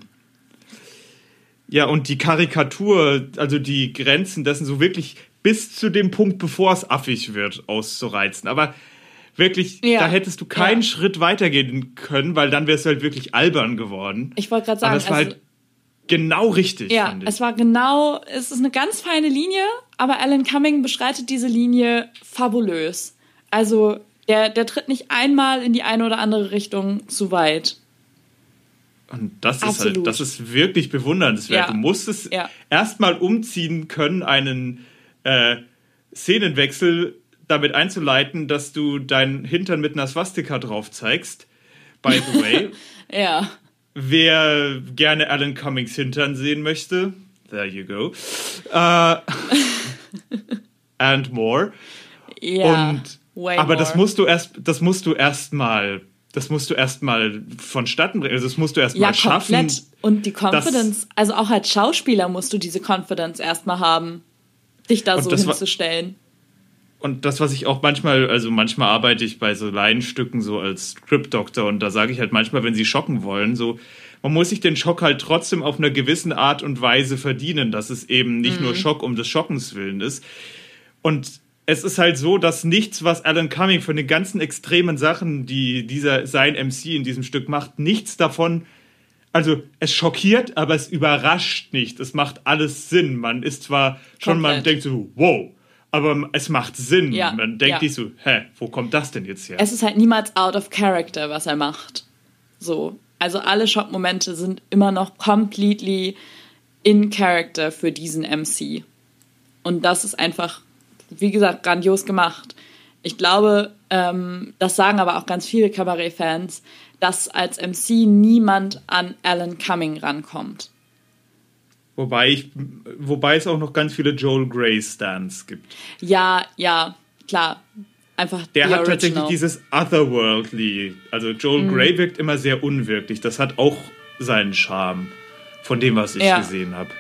Speaker 3: ja, und die Karikatur, also die Grenzen dessen so wirklich bis zu dem Punkt, bevor es affig wird, auszureizen. Aber wirklich,
Speaker 2: ja.
Speaker 3: da hättest du keinen
Speaker 2: ja.
Speaker 3: Schritt weitergehen können, weil dann wärst du halt wirklich albern geworden.
Speaker 2: Ich wollte gerade sagen,
Speaker 3: aber es war
Speaker 2: also,
Speaker 3: halt genau richtig,
Speaker 2: ja,
Speaker 3: fand ich.
Speaker 2: Es war genau, es ist eine ganz feine Linie, aber Alan Cumming beschreitet diese Linie fabulös. Also der, der tritt nicht einmal in die eine oder andere Richtung zu weit.
Speaker 3: Und das ist
Speaker 2: Absolut.
Speaker 3: halt, das ist wirklich bewundernswert.
Speaker 2: Ja.
Speaker 3: Du musstest
Speaker 2: ja.
Speaker 3: erstmal umziehen können, einen äh, Szenenwechsel damit einzuleiten, dass du deinen Hintern mit einer Swastika drauf zeigst. By the way.
Speaker 2: ja.
Speaker 3: Wer gerne Alan Cummings Hintern sehen möchte, there you go. Uh, and more.
Speaker 2: Ja.
Speaker 3: Und,
Speaker 2: way
Speaker 3: aber
Speaker 2: more.
Speaker 3: das musst du erst, das musst du erst mal, das musst du erst mal vonstatten bringen. Also das musst du erst
Speaker 2: ja,
Speaker 3: mal schaffen.
Speaker 2: Komplett. Und die Confidence, also auch als Schauspieler musst du diese Confidence erstmal haben, dich da
Speaker 3: und
Speaker 2: so
Speaker 3: das
Speaker 2: hinzustellen.
Speaker 3: Und das, was ich auch manchmal, also manchmal arbeite ich bei so Laienstücken so als Script-Doctor und da sage ich halt manchmal, wenn sie schocken wollen, so, man muss sich den Schock halt trotzdem auf einer gewissen Art und Weise verdienen, dass es eben nicht mhm. nur Schock um des Schockens willen ist. Und es ist halt so, dass nichts, was Alan Cumming von den ganzen extremen Sachen, die dieser sein M C in diesem Stück macht, nichts davon, also es schockiert, aber es überrascht nicht. Es macht alles Sinn. Man ist zwar schon,
Speaker 2: Komplett.
Speaker 3: man denkt so, wow, aber es macht Sinn.
Speaker 2: Ja,
Speaker 3: Man denkt
Speaker 2: ja.
Speaker 3: nicht so, hä, wo kommt das denn jetzt her?
Speaker 2: Es ist halt niemals out of character, was er macht. So. Also alle Schockmomente sind immer noch completely in character für diesen M C. Und das ist einfach, wie gesagt, grandios gemacht. Ich glaube, ähm, das sagen aber auch ganz viele Kabarett-Fans, dass als M C niemand an Alan Cumming rankommt.
Speaker 3: Wobei, ich, wobei es auch noch ganz viele Joel Grey-Stans gibt.
Speaker 2: Ja, ja, klar. Einfach
Speaker 3: Der
Speaker 2: the
Speaker 3: hat
Speaker 2: original.
Speaker 3: tatsächlich dieses Otherworldly. Also Joel
Speaker 2: Mhm.
Speaker 3: Grey wirkt immer sehr unwirklich. Das hat auch seinen Charme, von dem, was ich
Speaker 2: Ja.
Speaker 3: gesehen habe.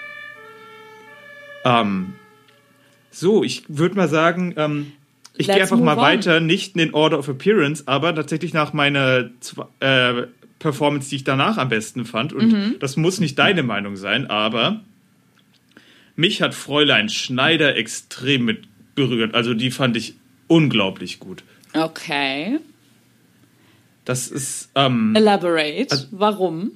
Speaker 3: Ähm, so, ich würde mal sagen, ähm, ich gehe
Speaker 2: Let's
Speaker 3: einfach mal
Speaker 2: move on.
Speaker 3: weiter, nicht in Order of Appearance, aber tatsächlich nach meiner Zw- äh, Performance, die ich danach am besten fand. Und
Speaker 2: Mhm.
Speaker 3: das muss nicht deine Meinung sein, aber mich hat Fräulein Schneider extrem mit berührt. Also die fand ich unglaublich gut.
Speaker 2: Okay.
Speaker 3: Das ist, ähm,
Speaker 2: Elaborate.
Speaker 3: Also-
Speaker 2: Warum?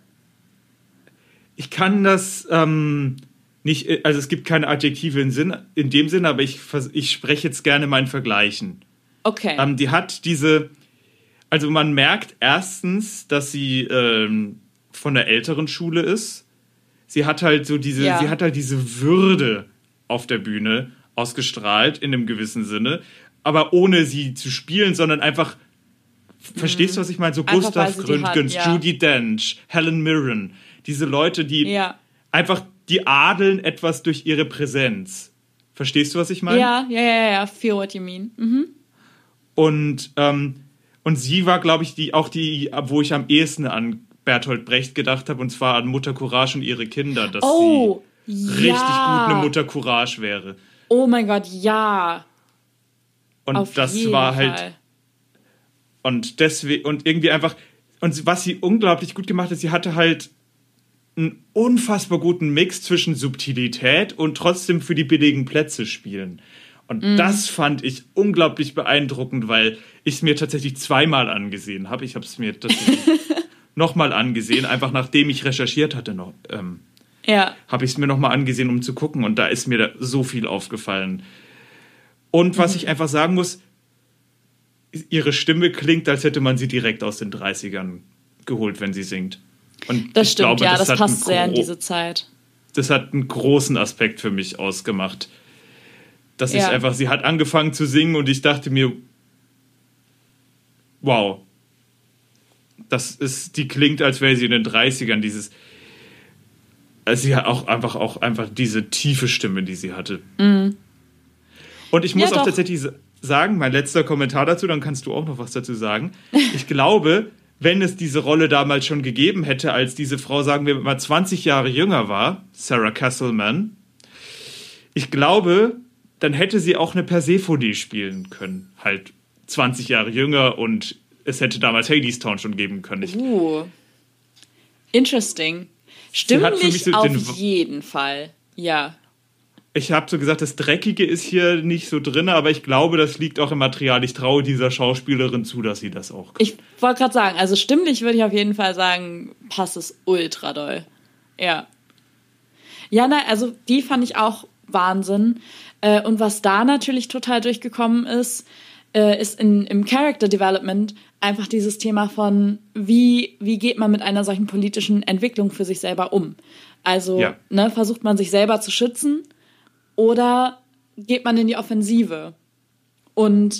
Speaker 3: ich kann das ähm, nicht, also es gibt keine Adjektive in, Sinn, in dem Sinn, aber ich, vers- ich spreche jetzt gerne meinen Vergleichen.
Speaker 2: Okay.
Speaker 3: Ähm, die hat diese, also man merkt erstens, dass sie ähm, von der älteren Schule ist. Sie hat halt so diese,
Speaker 2: Ja.
Speaker 3: sie hat halt diese Würde auf der Bühne ausgestrahlt, in einem gewissen Sinne, aber ohne sie zu spielen, sondern einfach Verstehst du, was ich meine? So
Speaker 2: Einfach, weil
Speaker 3: Gustav
Speaker 2: sie die
Speaker 3: Gründgens,
Speaker 2: hat, ja.
Speaker 3: Judi Dench, Helen Mirren. Diese Leute, die
Speaker 2: Ja.
Speaker 3: einfach, die adeln etwas durch ihre Präsenz. Verstehst du, was ich meine?
Speaker 2: Ja, ja, ja, ja, feel what you mean. Mhm.
Speaker 3: Und, ähm, und sie war, glaube ich, die, auch die, wo ich am ehesten an Bertolt Brecht gedacht habe, und zwar an Mutter Courage und ihre Kinder, dass
Speaker 2: Oh,
Speaker 3: sie richtig
Speaker 2: ja.
Speaker 3: gut eine Mutter Courage wäre.
Speaker 2: Oh mein Gott, ja.
Speaker 3: Und
Speaker 2: Auf
Speaker 3: das
Speaker 2: jeden
Speaker 3: war
Speaker 2: Fall.
Speaker 3: halt, und deswegen, und irgendwie einfach, und was sie unglaublich gut gemacht hat, sie hatte halt einen unfassbar guten Mix zwischen Subtilität und trotzdem für die billigen Plätze spielen. Und
Speaker 2: Mhm.
Speaker 3: das fand ich unglaublich beeindruckend, weil ich es mir tatsächlich zweimal angesehen habe. Ich habe es mir tatsächlich nochmal angesehen, einfach nachdem ich recherchiert hatte noch. Ähm,
Speaker 2: Ja.
Speaker 3: habe ich es mir nochmal angesehen, um zu gucken. Und da ist mir da so viel aufgefallen. Und was
Speaker 2: Mhm.
Speaker 3: ich einfach sagen muss, ihre Stimme klingt, als hätte man sie direkt aus den dreißigern geholt, wenn sie singt. Und
Speaker 2: Das
Speaker 3: ich
Speaker 2: stimmt,
Speaker 3: glaube,
Speaker 2: ja,
Speaker 3: das,
Speaker 2: das
Speaker 3: hat
Speaker 2: passt
Speaker 3: einen
Speaker 2: sehr in
Speaker 3: gro-
Speaker 2: diese Zeit.
Speaker 3: das hat einen großen Aspekt für mich ausgemacht. Dass ich
Speaker 2: Ja.
Speaker 3: einfach, sie hat angefangen zu singen und ich dachte mir, wow, das ist, die klingt, als wäre sie in den dreißigern, dieses, also sie hat auch einfach, auch einfach diese tiefe Stimme, die sie hatte.
Speaker 2: Mhm.
Speaker 3: Und ich muss
Speaker 2: Ja,
Speaker 3: auch
Speaker 2: doch.
Speaker 3: tatsächlich sa- sagen, mein letzter Kommentar dazu, dann kannst du auch noch was dazu sagen. Ich glaube, wenn es diese Rolle damals schon gegeben hätte, als diese Frau, sagen wir mal, zwanzig Jahre jünger war, Sarah Castleman, ich glaube, dann hätte sie auch eine Persephone spielen können. Halt zwanzig Jahre jünger, und es hätte damals Hadestown schon geben können. Ich,
Speaker 2: Uh. Interesting.
Speaker 3: hat für mich
Speaker 2: Stimmlich
Speaker 3: so
Speaker 2: auf
Speaker 3: den-
Speaker 2: jeden Fall. Ja.
Speaker 3: ich habe so gesagt, das Dreckige ist hier nicht so drin, aber ich glaube, das liegt auch im Material. Ich traue dieser Schauspielerin zu, dass sie das auch kann.
Speaker 2: Ich wollte gerade sagen, also stimmlich würde ich auf jeden Fall sagen, passt es ultra doll. Ja. Ja, na, also die fand ich auch Wahnsinn. Äh, und was da natürlich total durchgekommen ist, äh, ist in, im Character Development einfach dieses Thema von, wie, wie geht man mit einer solchen politischen Entwicklung für sich selber um? Also,
Speaker 3: Ja.
Speaker 2: ne, versucht man sich selber zu schützen oder geht man in die Offensive? Und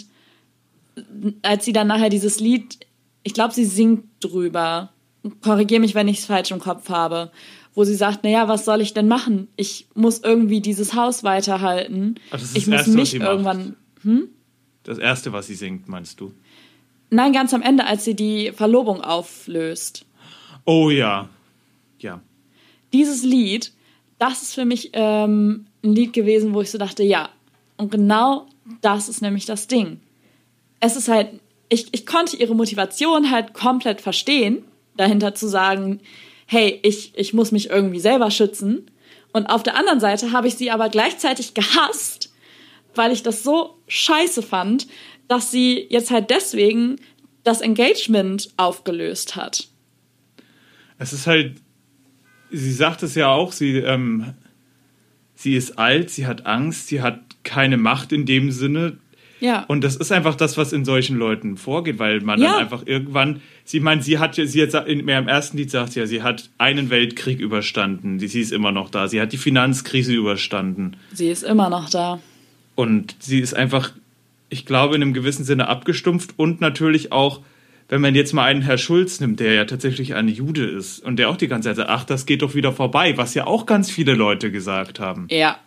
Speaker 2: als sie dann nachher dieses Lied, ich glaube, sie singt drüber, korrigiere mich, wenn ich es falsch im Kopf habe, wo sie sagt, naja, was soll ich denn machen? Ich muss irgendwie dieses Haus weiterhalten.
Speaker 3: Ach, das ist
Speaker 2: ich
Speaker 3: das
Speaker 2: muss
Speaker 3: Erste, was
Speaker 2: mich
Speaker 3: sie macht.
Speaker 2: irgendwann...
Speaker 3: Das Erste, was sie singt, meinst du?
Speaker 2: Nein, ganz am Ende, als sie die Verlobung auflöst.
Speaker 3: Oh ja. Ja.
Speaker 2: Dieses Lied, das ist für mich ähm, ein Lied gewesen, wo ich so dachte, ja, und genau das ist nämlich das Ding. Es ist halt, ich, ich konnte ihre Motivation halt komplett verstehen, dahinter zu sagen, hey, ich, ich muss mich irgendwie selber schützen. Und auf der anderen Seite habe ich sie aber gleichzeitig gehasst, weil ich das so scheiße fand, dass sie jetzt halt deswegen das Engagement aufgelöst hat.
Speaker 3: Es ist halt, sie sagt es ja auch, sie, ähm, sie ist alt, sie hat Angst, sie hat keine Macht in dem Sinne.
Speaker 2: Ja.
Speaker 3: Und das ist einfach das, was in solchen Leuten vorgeht, weil man
Speaker 2: Ja.
Speaker 3: dann einfach irgendwann, sie meint, sie hat ja, sie hat in mehr im ersten Lied sagt sie ja, sie hat einen Weltkrieg überstanden, sie, sie ist immer noch da, sie hat die Finanzkrise überstanden.
Speaker 2: Sie ist immer noch da.
Speaker 3: Und sie ist einfach, ich glaube, in einem gewissen Sinne abgestumpft und natürlich auch, wenn man jetzt mal einen Herr Schulz nimmt, der ja tatsächlich ein Jude ist und der auch die ganze Zeit sagt, ach, das geht doch wieder vorbei, was ja auch ganz viele Leute gesagt haben.
Speaker 2: Ja.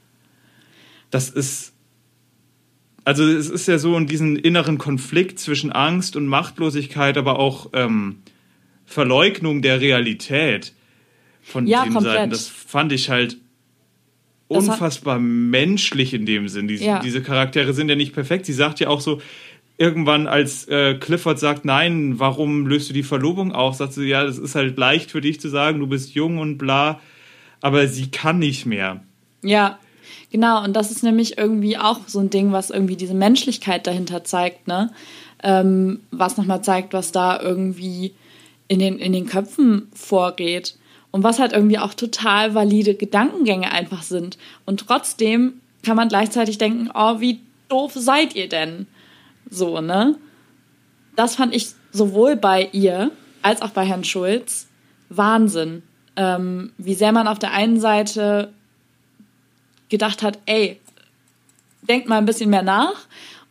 Speaker 3: Das ist, also es ist ja so in diesem inneren Konflikt zwischen Angst und Machtlosigkeit, aber auch ähm, Verleugnung der Realität von
Speaker 2: Ja,
Speaker 3: den
Speaker 2: komplett.
Speaker 3: Seiten. Das fand ich halt
Speaker 2: Das hat-
Speaker 3: unfassbar menschlich in dem Sinn. Diese,
Speaker 2: Ja.
Speaker 3: diese Charaktere sind ja nicht perfekt. Sie sagt ja auch so, irgendwann als äh, Clifford sagt, nein, warum löst du die Verlobung auf? Sagt sie, ja, das ist halt leicht für dich zu sagen, du bist jung und bla, aber sie kann nicht mehr.
Speaker 2: Ja, genau. Und das ist nämlich irgendwie auch so ein Ding, was irgendwie diese Menschlichkeit dahinter zeigt, ne? Ähm, was nochmal zeigt, was da irgendwie in den, in den Köpfen vorgeht. Und was halt irgendwie auch total valide Gedankengänge einfach sind. Und trotzdem kann man gleichzeitig denken, oh, wie doof seid ihr denn? So, ne? Das fand ich sowohl bei ihr als auch bei Herrn Schulz Wahnsinn. Ähm, wie sehr man auf der einen Seite gedacht hat, ey, denkt mal ein bisschen mehr nach.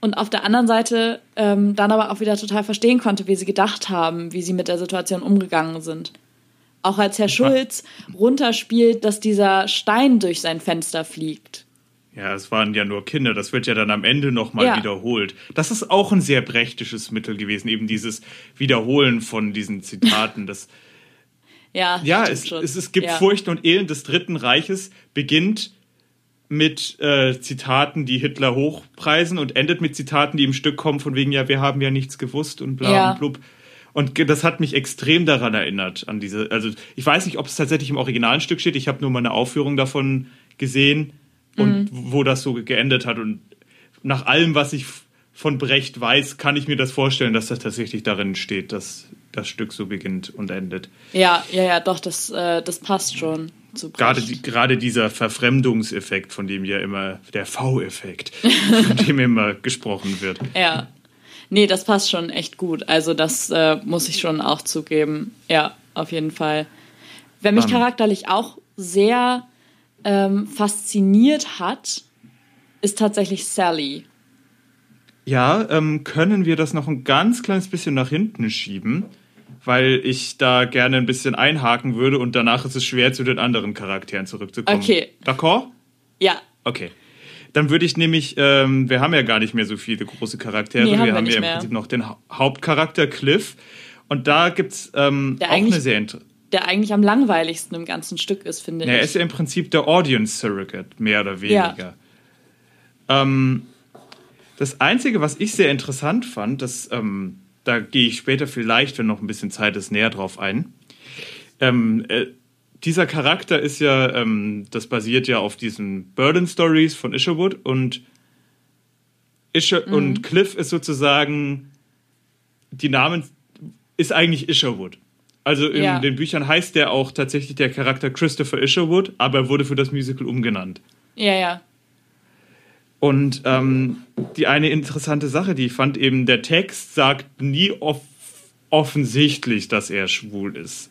Speaker 2: und auf der anderen Seite ähm, dann aber auch wieder total verstehen konnte, wie sie gedacht haben, wie sie mit der Situation umgegangen sind. Auch als Herr Schulz runterspielt, dass dieser Stein durch sein Fenster fliegt.
Speaker 3: Ja, es waren ja nur Kinder, das wird ja dann am Ende nochmal
Speaker 2: Ja.
Speaker 3: wiederholt. Das ist auch ein sehr brechtisches Mittel gewesen, eben dieses Wiederholen von diesen Zitaten. Das,
Speaker 2: Ja,
Speaker 3: ja,
Speaker 2: stimmt
Speaker 3: es,
Speaker 2: schon.
Speaker 3: es, es gibt
Speaker 2: ja.
Speaker 3: Furcht und Elend des Dritten Reiches, beginnt mit äh, Zitaten, die Hitler hochpreisen und endet mit Zitaten, die im Stück kommen, von wegen, ja, wir haben ja nichts gewusst und bla
Speaker 2: Ja.
Speaker 3: und blub. Und ge- das hat mich extrem daran erinnert, an diese, also ich weiß nicht, ob es tatsächlich im originalen Stück steht, ich habe nur mal eine Aufführung davon gesehen und
Speaker 2: Mhm.
Speaker 3: wo das so geendet hat. Und nach allem, was ich f- von Brecht weiß, kann ich mir das vorstellen, dass das tatsächlich darin steht, dass das Stück so beginnt und endet.
Speaker 2: Ja, ja, ja, doch, das, äh, das passt schon zu Brecht.
Speaker 3: Gerade, die, gerade dieser Verfremdungseffekt, von dem ja immer, der V-Effekt, von dem immer gesprochen wird.
Speaker 2: Ja. Nee, das passt schon echt gut. Also das äh, muss ich schon auch zugeben. Ja, auf jeden Fall. Wer mich
Speaker 3: Ähm.
Speaker 2: charakterlich auch sehr ähm, fasziniert hat, ist tatsächlich Sally.
Speaker 3: Ja, ähm, können wir das noch ein ganz kleines bisschen nach hinten schieben, weil ich da gerne ein bisschen einhaken würde und danach ist es schwer, zu den anderen Charakteren zurückzukommen.
Speaker 2: Okay.
Speaker 3: D'accord?
Speaker 2: Ja,
Speaker 3: Okay. Dann würde ich nämlich, ähm, wir haben ja gar nicht mehr so viele große Charaktere,
Speaker 2: Nee, haben
Speaker 3: wir
Speaker 2: wir
Speaker 3: haben
Speaker 2: nicht
Speaker 3: ja im
Speaker 2: mehr.
Speaker 3: Prinzip noch den Ha- Hauptcharakter Cliff und da gibt's ähm,
Speaker 2: Der
Speaker 3: auch
Speaker 2: eigentlich-
Speaker 3: eine sehr inter-
Speaker 2: der eigentlich am langweiligsten im ganzen Stück ist, finde
Speaker 3: Ja, er
Speaker 2: ich.
Speaker 3: ist ja im Prinzip der Audience Surrogate, mehr oder weniger. Ähm, das Einzige, was ich sehr interessant fand, das, ähm, da gehe ich später vielleicht, wenn noch ein bisschen Zeit ist, näher drauf ein. Ähm, äh, dieser Charakter ist ja, ähm, das basiert ja auf diesen Burden Stories von Isherwood und, Isher
Speaker 2: Mhm.
Speaker 3: und Cliff ist sozusagen, die Namen ist eigentlich Isherwood. Also in
Speaker 2: Ja.
Speaker 3: den Büchern heißt der auch tatsächlich der Charakter Christopher Isherwood, aber er wurde für das Musical umgenannt.
Speaker 2: Ja, ja.
Speaker 3: Und ähm, die eine interessante Sache, die ich fand, eben der Text sagt nie off offensichtlich, dass er schwul ist.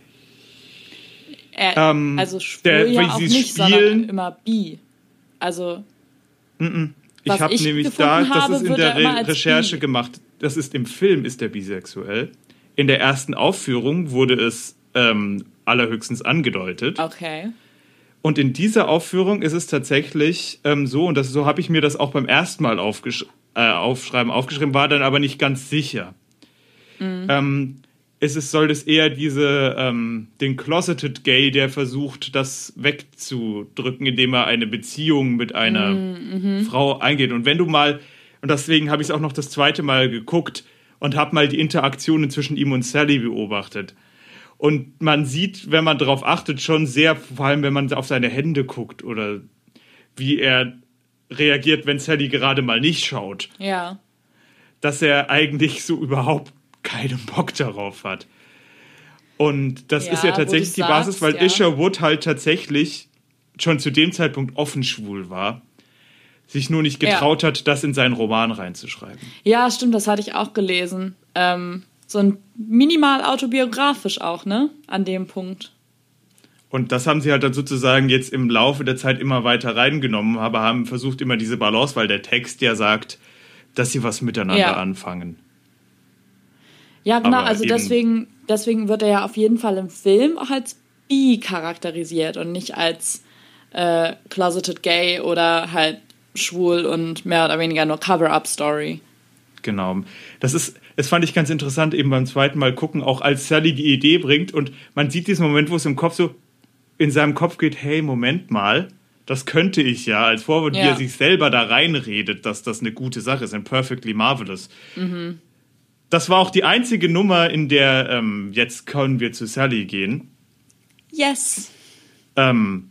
Speaker 2: Er,
Speaker 3: Ähm,
Speaker 2: also schwul
Speaker 3: der-
Speaker 2: ja
Speaker 3: weil
Speaker 2: auch
Speaker 3: sie
Speaker 2: nicht,
Speaker 3: spielen-
Speaker 2: sondern immer bi. Also,
Speaker 3: Ich
Speaker 2: Was
Speaker 3: habe
Speaker 2: ich
Speaker 3: nämlich
Speaker 2: gefunden
Speaker 3: da, das
Speaker 2: habe,
Speaker 3: ist in
Speaker 2: wird
Speaker 3: der
Speaker 2: er immer
Speaker 3: Re
Speaker 2: als
Speaker 3: Recherche
Speaker 2: bi.
Speaker 3: gemacht, das ist im Film, ist der bisexuell. In der ersten Aufführung wurde es ähm, allerhöchstens angedeutet.
Speaker 2: okay.
Speaker 3: Und in dieser Aufführung ist es tatsächlich ähm, so, und das, so habe ich mir das auch beim ersten Mal aufgesch äh, aufschreiben, aufgeschrieben, war dann aber nicht ganz sicher. Ähm, es ist, soll es eher diese, ähm, den Closeted Gay, der versucht, das wegzudrücken, indem er eine Beziehung mit einer Frau eingeht. Und wenn du mal, und deswegen habe ich es auch noch das zweite Mal geguckt und habe mal die Interaktionen zwischen ihm und Sally beobachtet. Und man sieht, wenn man darauf achtet, schon sehr, vor allem wenn man auf seine Hände guckt oder wie er reagiert, wenn Sally gerade mal nicht schaut,
Speaker 2: Ja.
Speaker 3: dass er eigentlich so überhaupt keinen Bock darauf hat. Und das
Speaker 2: Ja,
Speaker 3: ist ja
Speaker 2: wo
Speaker 3: tatsächlich
Speaker 2: du's
Speaker 3: die Basis,
Speaker 2: sagst,
Speaker 3: weil
Speaker 2: ja.
Speaker 3: Isherwood halt tatsächlich schon zu dem Zeitpunkt offen schwul war, sich nur nicht getraut hat, das in seinen Roman reinzuschreiben.
Speaker 2: Ja, stimmt, das hatte ich auch gelesen. Ähm, so ein minimal autobiografisch auch, ne? An dem Punkt.
Speaker 3: Und das haben sie halt dann sozusagen jetzt im Laufe der Zeit immer weiter reingenommen, aber haben versucht immer diese Balance, weil der Text ja sagt, dass sie was miteinander
Speaker 2: Ja.
Speaker 3: anfangen.
Speaker 2: Ja, genau,
Speaker 3: Aber
Speaker 2: also
Speaker 3: eben-
Speaker 2: deswegen, deswegen wird er ja auf jeden Fall im Film auch als bi charakterisiert und nicht als äh, closeted gay oder halt schwul und mehr oder weniger nur Cover-Up-Story.
Speaker 3: Genau. Das ist, das fand ich ganz interessant, eben beim zweiten Mal gucken, auch als Sally die Idee bringt und man sieht diesen Moment, wo es im Kopf so, in seinem Kopf geht, hey, Moment mal, das könnte ich ja, als Vorwort, wie
Speaker 2: Ja.
Speaker 3: er sich selber da reinredet, dass das eine gute Sache ist, ein Perfectly Marvelous. Das war auch die einzige Nummer, in der, ähm, jetzt können wir zu Sally gehen,
Speaker 2: Yes.
Speaker 3: ähm,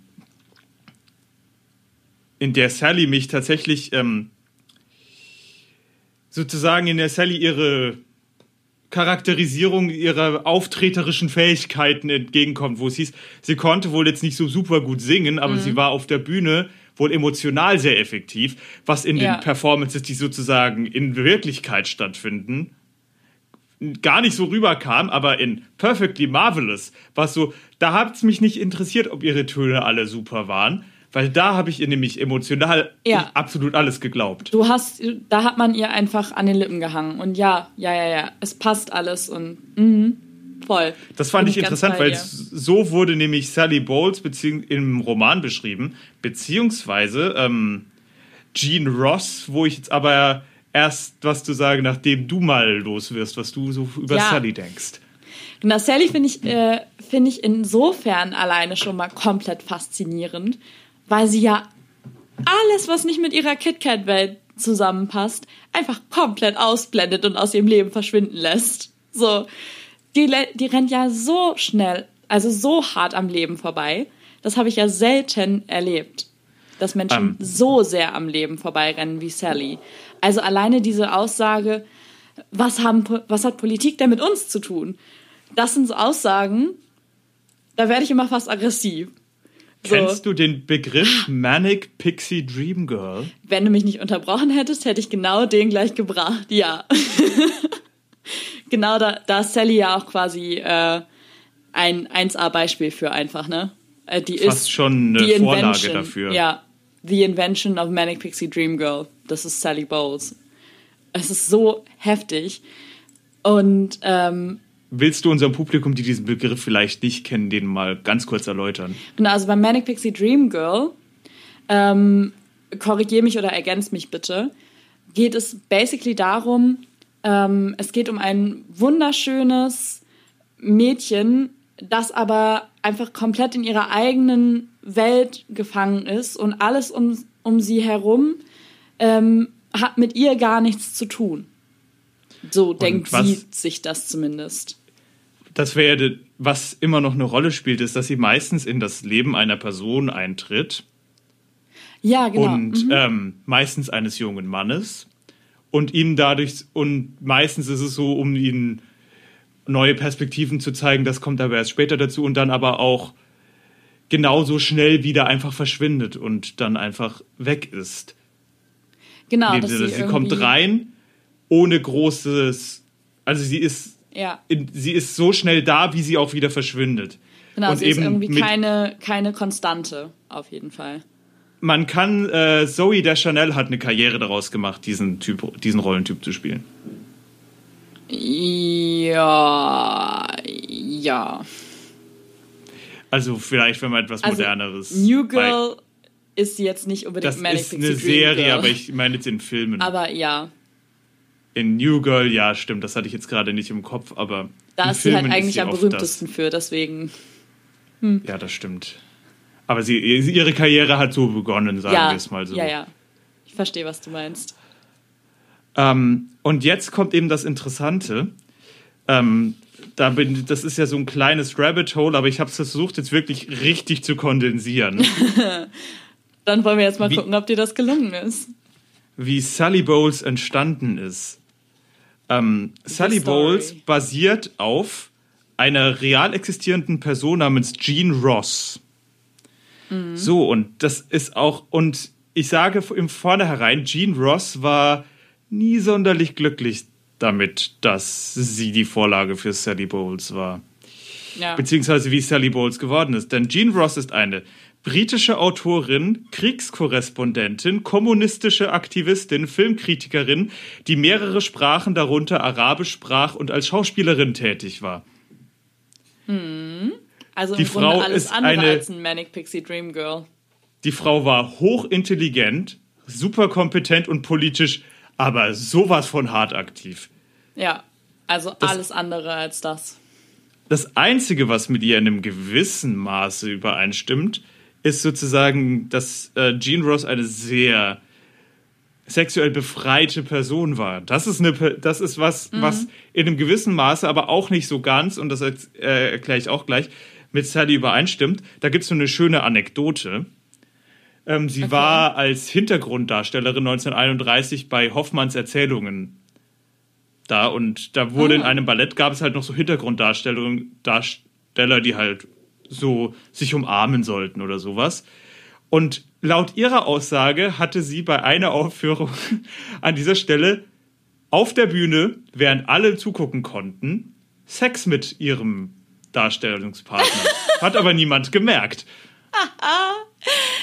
Speaker 3: in der Sally mich tatsächlich ähm, sozusagen in der Sally ihre Charakterisierung ihrer auftreterischen Fähigkeiten entgegenkommt, wo es hieß, sie konnte wohl jetzt nicht so super gut singen, aber sie war auf der Bühne wohl emotional sehr effektiv, was in
Speaker 2: Ja.
Speaker 3: den Performances, die sozusagen in Wirklichkeit stattfinden, gar nicht so rüberkam, aber in Perfectly Marvelous, was so, da hat es mich nicht interessiert, ob ihre Töne alle super waren, Weil da habe ich ihr nämlich emotional
Speaker 2: Ja.
Speaker 3: absolut alles geglaubt.
Speaker 2: Du hast, da hat man ihr einfach an den Lippen gehangen. Und ja, ja, ja, ja, es passt alles und mhm, voll.
Speaker 3: Das fand
Speaker 2: Bin
Speaker 3: ich
Speaker 2: ganz
Speaker 3: interessant,
Speaker 2: bei
Speaker 3: weil
Speaker 2: dir.
Speaker 3: so wurde nämlich Sally Bowles beziehungs- im Roman beschrieben, beziehungsweise ähm, Jean Ross, wo ich jetzt aber erst was zu sagen, nachdem du mal los wirst, was du so über
Speaker 2: Ja.
Speaker 3: Sally denkst.
Speaker 2: Und das Sally finde ich, äh, finde ich insofern alleine schon mal komplett faszinierend, weil sie ja alles, was nicht mit ihrer KitKat-Welt zusammenpasst, einfach komplett ausblendet und aus ihrem Leben verschwinden lässt. So, die, le- die rennt ja so schnell, also so hart am Leben vorbei. Das habe ich ja selten erlebt, dass Menschen
Speaker 3: Ähm.
Speaker 2: so sehr am Leben vorbeirennen wie Sally. Also alleine diese Aussage, was, haben, Po- was hat Politik denn mit uns zu tun? Das sind so Aussagen, da werde ich immer fast aggressiv. So,
Speaker 3: Kennst du den Begriff Manic Pixie Dream Girl?
Speaker 2: wenn du mich nicht unterbrochen hättest, hätte ich genau den gleich gebracht. Ja. Genau, da, da ist Sally ja auch quasi äh, ein eins A-Beispiel für einfach, ne? Äh, die
Speaker 3: Fast
Speaker 2: ist
Speaker 3: schon eine
Speaker 2: die
Speaker 3: Vorlage
Speaker 2: Invention,
Speaker 3: dafür.
Speaker 2: Ja, The Invention of Manic Pixie Dream Girl. Das ist Sally Bowles. Es ist so heftig. Und ähm,
Speaker 3: Willst du unserem Publikum, die diesen Begriff vielleicht nicht kennen, den mal ganz kurz erläutern?
Speaker 2: genau, also bei Manic Pixie Dream Girl, ähm, korrigier mich oder ergänz mich bitte, geht es basically darum, ähm, es geht um ein wunderschönes Mädchen, das aber einfach komplett in ihrer eigenen Welt gefangen ist und alles um, um sie herum ähm, hat mit ihr gar nichts zu tun. So denkt
Speaker 3: was-
Speaker 2: sie sich das zumindest.
Speaker 3: Das wäre, was immer noch eine Rolle spielt, ist, dass sie meistens in das Leben einer Person eintritt
Speaker 2: Ja, genau.
Speaker 3: und
Speaker 2: Mhm.
Speaker 3: ähm, meistens eines jungen Mannes und ihm dadurch, und meistens ist es so, um ihnen neue Perspektiven zu zeigen, das kommt aber erst später dazu und dann aber auch genauso schnell wieder einfach verschwindet und dann einfach weg ist.
Speaker 2: Genau,
Speaker 3: Nee,
Speaker 2: dass
Speaker 3: sie
Speaker 2: sie,
Speaker 3: kommt
Speaker 2: irgendwie-
Speaker 3: rein ohne großes, also sie ist,
Speaker 2: Ja.
Speaker 3: in, sie ist so schnell da, wie sie auch wieder verschwindet.
Speaker 2: Genau,
Speaker 3: und
Speaker 2: sie ist
Speaker 3: eben
Speaker 2: irgendwie
Speaker 3: mit-
Speaker 2: keine, keine Konstante, auf jeden Fall.
Speaker 3: Man kann, äh, Zooey Deschanel hat eine Karriere daraus gemacht, diesen Typ, diesen Rollentyp zu spielen.
Speaker 2: Ja, ja.
Speaker 3: Also vielleicht, wenn man etwas
Speaker 2: Also,
Speaker 3: Moderneres.
Speaker 2: New
Speaker 3: weil
Speaker 2: Girl ist sie jetzt nicht unbedingt
Speaker 3: Das
Speaker 2: Manic
Speaker 3: ist
Speaker 2: Pixie
Speaker 3: eine
Speaker 2: Dream
Speaker 3: Serie,
Speaker 2: Girl.
Speaker 3: aber ich meine jetzt in Filmen.
Speaker 2: Aber ja,
Speaker 3: in New Girl, ja, stimmt, das hatte ich jetzt gerade nicht im Kopf, aber
Speaker 2: da
Speaker 3: in
Speaker 2: ist sie halt
Speaker 3: Filmen
Speaker 2: eigentlich
Speaker 3: sie
Speaker 2: am
Speaker 3: oft
Speaker 2: berühmtesten für, deswegen.
Speaker 3: Das. Ja, das stimmt. Aber sie, ihre Karriere hat so begonnen, sagen
Speaker 2: Ja,
Speaker 3: wir es mal so.
Speaker 2: ja, ja. Ich verstehe, was du meinst.
Speaker 3: Ähm, und jetzt kommt eben das Interessante. Ähm, da bin, das ist ja so ein kleines Rabbit Hole, aber ich habe es versucht, jetzt wirklich richtig zu kondensieren.
Speaker 2: Dann wollen wir jetzt mal
Speaker 3: Wie-
Speaker 2: gucken, ob dir das gelungen ist.
Speaker 3: Wie Sally Bowles entstanden ist. Ähm, Sally
Speaker 2: story.
Speaker 3: Bowles basiert auf einer real existierenden Person namens Jean Ross.
Speaker 2: Mhm.
Speaker 3: So, und das ist auch, und ich sage im Vornherein, Jean Ross war nie sonderlich glücklich damit, dass sie die Vorlage für Sally Bowles war.
Speaker 2: Ja.
Speaker 3: Beziehungsweise wie Sally Bowles geworden ist. Denn Jean Ross ist eine britische Autorin, Kriegskorrespondentin, kommunistische Aktivistin, Filmkritikerin, die mehrere Sprachen, darunter Arabisch sprach und als Schauspielerin tätig war.
Speaker 2: Also
Speaker 3: die
Speaker 2: im Grunde
Speaker 3: Frau
Speaker 2: alles
Speaker 3: ist
Speaker 2: andere
Speaker 3: eine-
Speaker 2: als ein Manic Pixie Dream Girl.
Speaker 3: Die Frau war hochintelligent, super kompetent und politisch, aber sowas von hart aktiv.
Speaker 2: Ja, also alles andere als das.
Speaker 3: Das Einzige, was mit ihr in einem gewissen Maße übereinstimmt, ist sozusagen, dass äh, Jean Ross eine sehr sexuell befreite Person war. Das ist, eine, Pe- das ist was, was in einem gewissen Maße, aber auch nicht so ganz, und das erz- äh, erkläre ich auch gleich, mit Sally übereinstimmt. Da gibt es so eine schöne Anekdote. Ähm, sie
Speaker 2: Okay.
Speaker 3: war als Hintergrunddarstellerin neunzehnhunderteinunddreißig bei Hoffmanns Erzählungen da, und da wurde in
Speaker 2: Ah.
Speaker 3: einem Ballett, gab es halt noch so Hintergrunddarstellungen, Darsteller, die halt so sich umarmen sollten oder sowas. Und laut ihrer Aussage hatte sie bei einer Aufführung an dieser Stelle auf der Bühne, während alle zugucken konnten, Sex mit ihrem Darstellungspartner. Hat aber niemand gemerkt.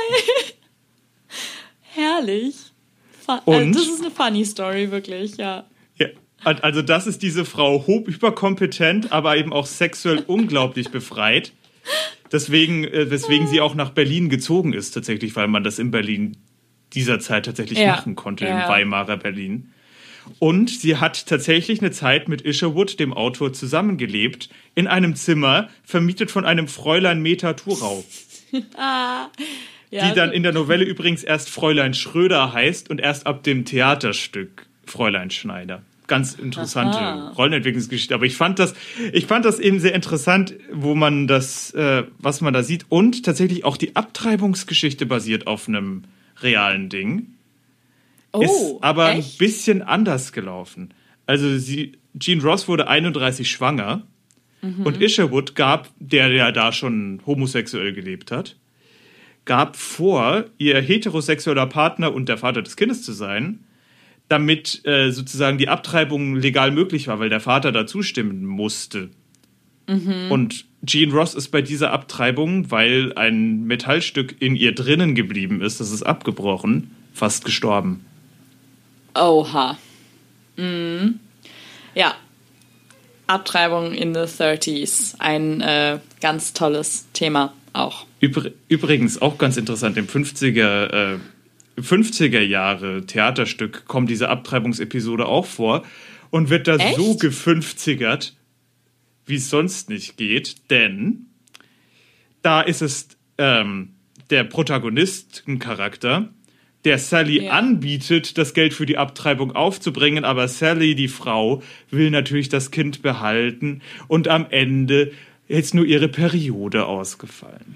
Speaker 2: Herrlich. Fu-
Speaker 3: Und?
Speaker 2: Äh, das ist eine funny Story, wirklich, ja.
Speaker 3: Ja, also das ist diese Frau hoch überkompetent, aber eben auch sexuell unglaublich befreit. Deswegen, äh, weswegen sie auch nach Berlin gezogen ist, tatsächlich, weil man das in Berlin dieser Zeit tatsächlich
Speaker 2: Ja.
Speaker 3: machen konnte,
Speaker 2: Ja.
Speaker 3: im Weimarer Berlin. Und sie hat tatsächlich eine Zeit mit Isherwood, dem Autor, zusammengelebt, in einem Zimmer, vermietet von einem Fräulein Meta Thurau,
Speaker 2: Ja,
Speaker 3: die dann in der Novelle übrigens erst Fräulein Schröder heißt und erst ab dem Theaterstück Fräulein Schneider. Ganz interessante
Speaker 2: Aha.
Speaker 3: Rollenentwicklungsgeschichte. Aber ich fand das, ich fand das eben sehr interessant, wo man das, äh, was man da sieht. Und tatsächlich auch die Abtreibungsgeschichte basiert auf einem realen Ding.
Speaker 2: oh,
Speaker 3: Ist aber
Speaker 2: echt?
Speaker 3: ein bisschen anders gelaufen. Also sie, Jean Ross wurde einunddreißig schwanger und Isherwood gab, der ja da schon homosexuell gelebt hat, gab vor, ihr heterosexueller Partner und der Vater des Kindes zu sein, damit äh, sozusagen die Abtreibung legal möglich war, weil der Vater da zustimmen musste. Und Jean Ross ist bei dieser Abtreibung, weil ein Metallstück in ihr drinnen geblieben ist, das ist abgebrochen, fast gestorben.
Speaker 2: Oha. Mhm. Ja. Abtreibung in the thirties. Ein äh, ganz tolles Thema auch.
Speaker 3: Übr- Übrigens auch ganz interessant, im fünfziger, äh, fünfziger Jahre Theaterstück kommt diese Abtreibungsepisode auch vor und wird da
Speaker 2: Echt?
Speaker 3: so gefünfzigert, wie es sonst nicht geht, denn da ist es ähm, der Protagonistencharakter, der Sally
Speaker 2: Ja.
Speaker 3: anbietet, das Geld für die Abtreibung aufzubringen, aber Sally, die Frau, will natürlich das Kind behalten und am Ende ist nur ihre Periode ausgefallen.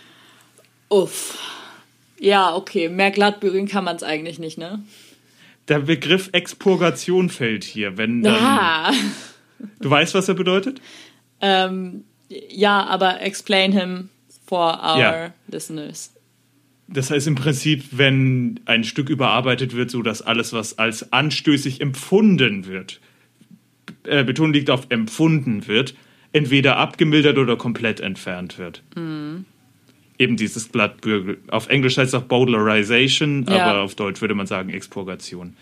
Speaker 2: Uff. Ja, okay. Mehr glattbügeln kann man es eigentlich nicht, ne?
Speaker 3: Der Begriff Expurgation fällt hier, wenn dann...
Speaker 2: Ah.
Speaker 3: Du weißt, was er bedeutet?
Speaker 2: Ähm, ja, aber explain him for our
Speaker 3: Ja.
Speaker 2: listeners.
Speaker 3: Das heißt im Prinzip, wenn ein Stück überarbeitet wird, so dass alles, was als anstößig empfunden wird, äh, Betonung liegt auf empfunden wird, entweder abgemildert oder komplett entfernt wird.
Speaker 2: Mhm.
Speaker 3: Eben dieses Glattbürgel. Auf Englisch heißt es auch Bowdlerization,
Speaker 2: Ja.
Speaker 3: aber auf Deutsch würde man sagen Expurgation.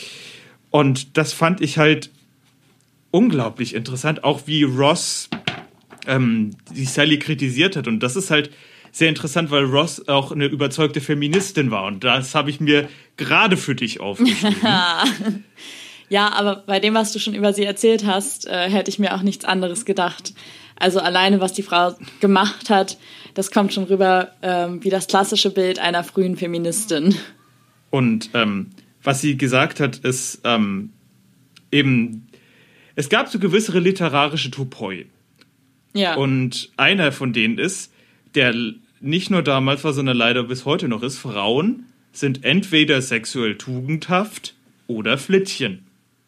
Speaker 3: Und das fand ich halt unglaublich interessant, auch wie Ross ähm, die Sally kritisiert hat. Und das ist halt sehr interessant, weil Ross auch eine überzeugte Feministin war. Und das habe ich mir gerade für dich aufgeschrieben.
Speaker 2: Ja, aber bei dem, was du schon über sie erzählt hast, äh, hätte ich mir auch nichts anderes gedacht. Also alleine, was die Frau gemacht hat, das kommt schon rüber ähm, wie das klassische Bild einer frühen Feministin.
Speaker 3: Und ähm, was sie gesagt hat, ist ähm, eben, es gab so gewisse literarische Topoi.
Speaker 2: Ja.
Speaker 3: Und einer von denen ist, der nicht nur damals war, sondern leider bis heute noch ist, Frauen sind entweder sexuell tugendhaft oder Flittchen.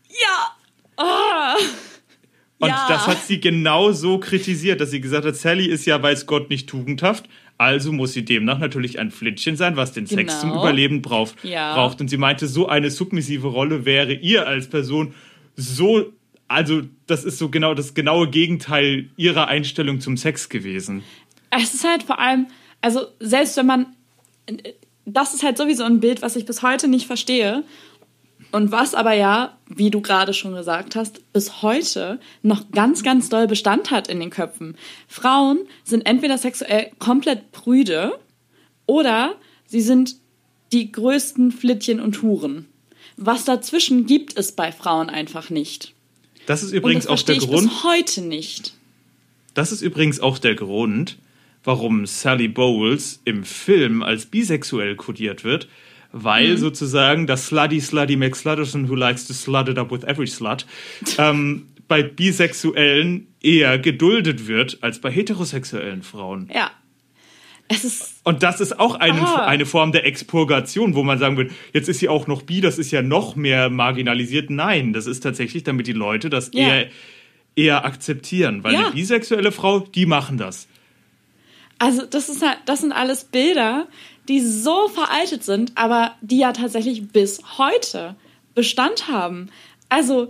Speaker 2: ja. Ah.
Speaker 3: Und
Speaker 2: Ja.
Speaker 3: das hat sie genau so kritisiert, dass sie gesagt hat, Sally ist ja weiß Gott nicht tugendhaft, also muss sie demnach natürlich ein Flittchen sein, was den Sex
Speaker 2: Genau.
Speaker 3: zum Überleben braucht.
Speaker 2: Ja.
Speaker 3: braucht. Und sie meinte, so eine submissive Rolle wäre ihr als Person so, also das ist so genau das genaue Gegenteil ihrer Einstellung zum Sex gewesen.
Speaker 2: Es ist halt vor allem, also selbst wenn man, das ist halt sowieso ein Bild, was ich bis heute nicht verstehe und was aber ja, wie du gerade schon gesagt hast, bis heute noch ganz, ganz doll Bestand hat in den Köpfen. Frauen sind entweder sexuell komplett prüde oder sie sind die größten Flittchen und Huren. Was dazwischen gibt es bei Frauen einfach nicht.
Speaker 3: Das ist
Speaker 2: Und
Speaker 3: übrigens
Speaker 2: das
Speaker 3: auch der
Speaker 2: verstehe ich
Speaker 3: Grund.
Speaker 2: bis heute nicht.
Speaker 3: Das ist übrigens auch der Grund, warum Sally Bowles im Film als bisexuell kodiert wird, weil
Speaker 2: Mhm.
Speaker 3: sozusagen das Slutty Slutty McSlutterson who likes to slut it up with every slut ähm, bei Bisexuellen eher geduldet wird als bei heterosexuellen Frauen.
Speaker 2: Ja. Es ist
Speaker 3: Und das ist auch eine,
Speaker 2: Ah.
Speaker 3: eine Form der Expurgation, wo man sagen würde, jetzt ist sie auch noch bi, das ist ja noch mehr marginalisiert. Nein, das ist tatsächlich, damit die Leute das
Speaker 2: Ja.
Speaker 3: eher, eher akzeptieren. Weil
Speaker 2: Ja.
Speaker 3: eine bisexuelle Frau, die machen das.
Speaker 2: Also das ist halt, das sind alles Bilder, die so veraltet sind, aber die ja tatsächlich bis heute Bestand haben. Also,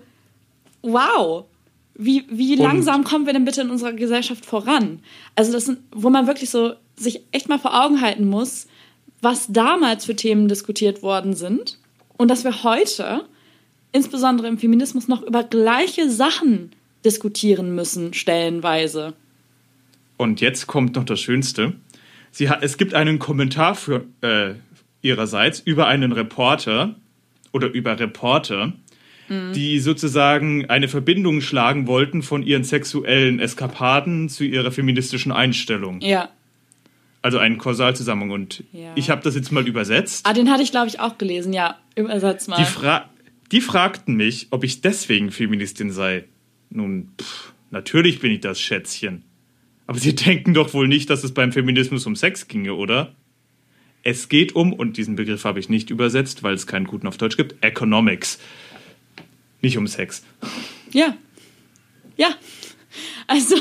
Speaker 2: wow. Wie, wie
Speaker 3: Und-
Speaker 2: langsam kommen wir denn bitte in unserer Gesellschaft voran? Also das sind, wo man wirklich so sich echt mal vor Augen halten muss, was damals für Themen diskutiert worden sind und dass wir heute, insbesondere im Feminismus, noch über gleiche Sachen diskutieren müssen, stellenweise.
Speaker 3: Und jetzt kommt noch das Schönste. Sie hat, es gibt einen Kommentar für, äh, ihrerseits über einen Reporter oder über Reporter, mhm. die sozusagen eine Verbindung schlagen wollten von ihren sexuellen Eskapaden zu ihrer feministischen Einstellung.
Speaker 2: Ja.
Speaker 3: Also einen Kausalzusammenhang. Und
Speaker 2: ja.
Speaker 3: ich habe das jetzt mal übersetzt.
Speaker 2: Ah, den hatte ich, glaube ich, auch gelesen. Ja, übersetzt mal.
Speaker 3: Die, Fra- die fragten mich, ob ich deswegen Feministin sei. Nun, pff, natürlich bin ich das, Schätzchen. Aber Sie denken doch wohl nicht, dass es beim Feminismus um Sex ginge, oder? Es geht um, und diesen Begriff habe ich nicht übersetzt, weil es keinen guten auf Deutsch gibt, Economics. Nicht um Sex.
Speaker 2: Ja. Ja. Also,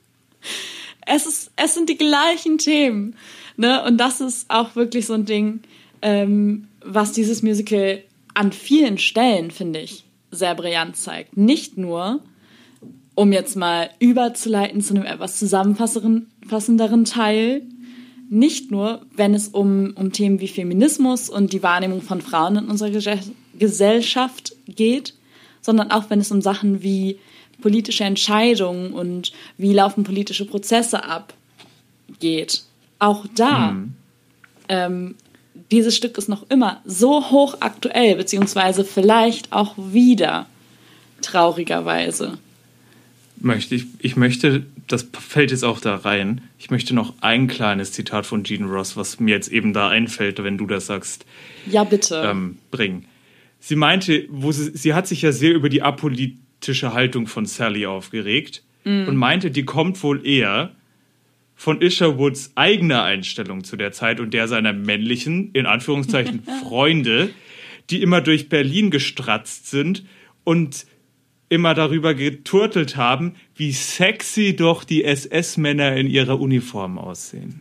Speaker 2: es, ist, es sind die gleichen Themen. Ne? Und das ist auch wirklich so ein Ding, ähm, was dieses Musical an vielen Stellen, finde ich, sehr brillant zeigt. Nicht nur, um jetzt mal überzuleiten zu einem etwas zusammenfassenderen Teil, nicht nur, wenn es um, um Themen wie Feminismus und die Wahrnehmung von Frauen in unserer Ge- Gesellschaft geht, sondern auch, wenn es um Sachen wie politische Entscheidungen und wie laufen politische Prozesse ab geht. Auch da, mhm. ähm, dieses Stück ist noch immer so hochaktuell, beziehungsweise vielleicht auch wieder, traurigerweise.
Speaker 3: Möchte ich, ich möchte, das fällt jetzt auch da rein, ich möchte noch ein kleines Zitat von Jean Ross, was mir jetzt eben da einfällt, wenn du das sagst,
Speaker 2: ja, bitte.
Speaker 3: Ähm, bringen. Sie meinte, wo sie, sie hat sich ja sehr über die apolitische Haltung von Sally aufgeregt mm. und meinte, die kommt wohl eher von Isherwoods eigener Einstellung zu der Zeit und der seiner männlichen, in Anführungszeichen, Freunde, die immer durch Berlin gestratzt sind und immer darüber geturtelt haben, wie sexy doch die S S-Männer in ihrer Uniform aussehen.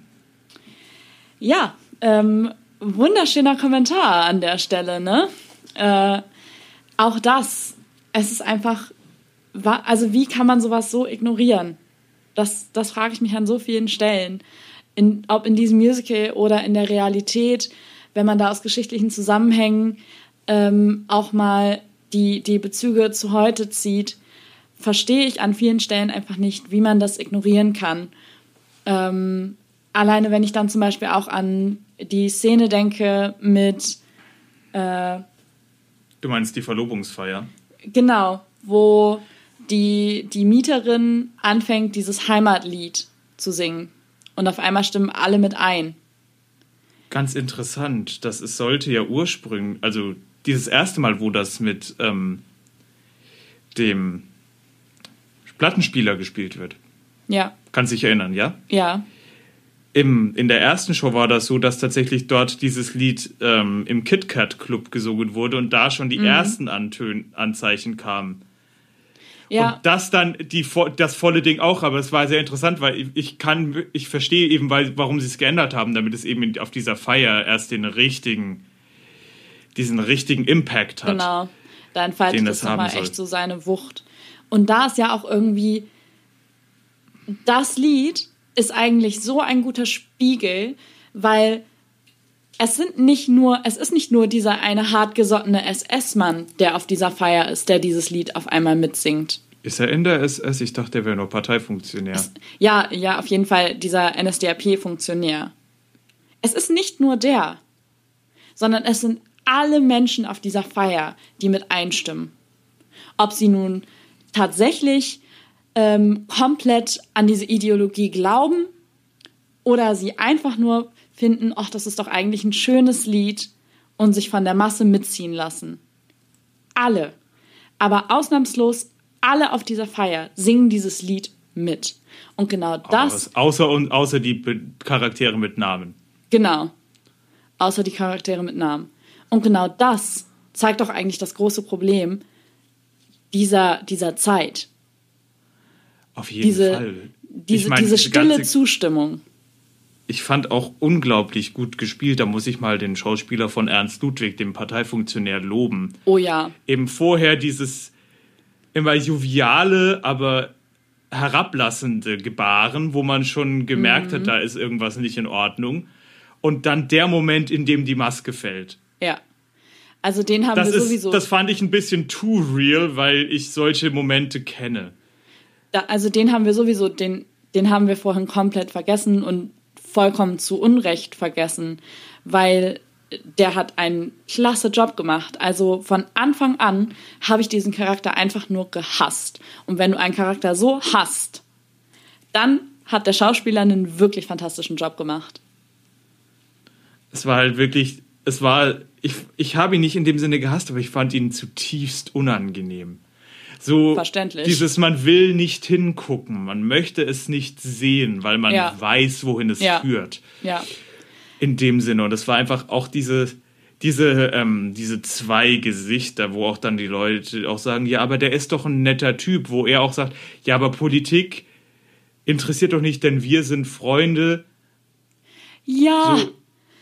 Speaker 2: Ja, ähm, wunderschöner Kommentar an der Stelle, ne? Äh, auch das, es ist einfach, also wie kann man sowas so ignorieren? Das, das frage ich mich an so vielen Stellen. In, ob in diesem Musical oder in der Realität, wenn man da aus geschichtlichen Zusammenhängen ähm, auch mal die, die Bezüge zu heute zieht, verstehe ich an vielen Stellen einfach nicht, wie man das ignorieren kann. Ähm, alleine wenn ich dann zum Beispiel auch an die Szene denke mit äh,
Speaker 3: Du meinst die Verlobungsfeier?
Speaker 2: Genau, wo die, die Mieterin anfängt, dieses Heimatlied zu singen. Und auf einmal stimmen alle mit ein.
Speaker 3: Ganz interessant. Das ist, sollte ja ursprünglich, also dieses erste Mal, wo das mit ähm, dem Plattenspieler gespielt wird.
Speaker 2: Ja.
Speaker 3: Kannst dich erinnern, ja?
Speaker 2: Ja.
Speaker 3: Im, in der ersten Show war das so, dass tatsächlich dort dieses Lied ähm, im Kit Kat Club gesungen wurde und da schon die mhm. ersten Antön- Anzeichen kamen. Ja. Und das dann die, das volle Ding auch, aber es war sehr interessant, weil ich, ich kann, ich verstehe eben, weil, warum sie es geändert haben, damit es eben auf dieser Feier erst den richtigen diesen richtigen Impact hat.
Speaker 2: Genau, da entfaltet es nochmal echt so seine Wucht. Und da ist ja auch irgendwie, das Lied ist eigentlich so ein guter Spiegel, weil es sind nicht nur, es ist nicht nur dieser eine hartgesottene S S-Mann, der auf dieser Feier ist, der dieses Lied auf einmal mitsingt.
Speaker 3: Ist er in der S S? Ich dachte, er wäre nur Parteifunktionär.
Speaker 2: Es, ja, ja, auf jeden Fall dieser N S D A P-Funktionär. Es ist nicht nur der, sondern es sind alle Menschen auf dieser Feier, die mit einstimmen. Ob sie nun tatsächlich ähm, komplett an diese Ideologie glauben oder sie einfach nur finden, ach, das ist doch eigentlich ein schönes Lied und sich von der Masse mitziehen lassen. Alle, aber ausnahmslos alle auf dieser Feier singen dieses Lied mit. Und genau das...
Speaker 3: Oh, außer, außer die Charaktere mit Namen.
Speaker 2: Genau, außer die Charaktere mit Namen. Und genau das zeigt doch eigentlich das große Problem dieser, dieser Zeit.
Speaker 3: Auf jeden
Speaker 2: diese,
Speaker 3: Fall.
Speaker 2: Diese,
Speaker 3: ich mein,
Speaker 2: diese stille
Speaker 3: ganze,
Speaker 2: Zustimmung.
Speaker 3: Ich fand auch unglaublich gut gespielt. Da muss ich mal den Schauspieler von Ernst Ludwig, dem Parteifunktionär, loben.
Speaker 2: Oh ja.
Speaker 3: Eben vorher dieses immer joviale, aber herablassende Gebaren, wo man schon gemerkt mhm. hat, da ist irgendwas nicht in Ordnung. und dann der Moment, in dem die Maske fällt.
Speaker 2: Ja. Also den haben
Speaker 3: Das,
Speaker 2: wir
Speaker 3: ist,
Speaker 2: sowieso.
Speaker 3: das fand ich ein bisschen too real, weil ich solche Momente kenne.
Speaker 2: Da, also den haben wir sowieso, den, den haben wir vorhin komplett vergessen und vollkommen zu Unrecht vergessen, weil der hat einen klasse Job gemacht. Also von Anfang an habe ich diesen Charakter einfach nur gehasst. Und wenn du einen Charakter so hasst, dann hat der Schauspieler einen wirklich fantastischen Job gemacht.
Speaker 3: Es war halt wirklich, es war, ich, ich habe ihn nicht in dem Sinne gehasst, aber ich fand ihn zutiefst unangenehm. So
Speaker 2: Verständlich.
Speaker 3: Dieses, man will nicht hingucken, man möchte es nicht sehen, weil man
Speaker 2: Ja.
Speaker 3: weiß, wohin es
Speaker 2: Ja.
Speaker 3: führt.
Speaker 2: Ja,
Speaker 3: In dem Sinne. Und es war einfach auch diese, diese, ähm, diese zwei Gesichter, wo auch dann die Leute auch sagen, ja, aber der ist doch ein netter Typ, wo er auch sagt, ja, aber Politik interessiert doch nicht, denn wir sind Freunde.
Speaker 2: ja.
Speaker 3: So,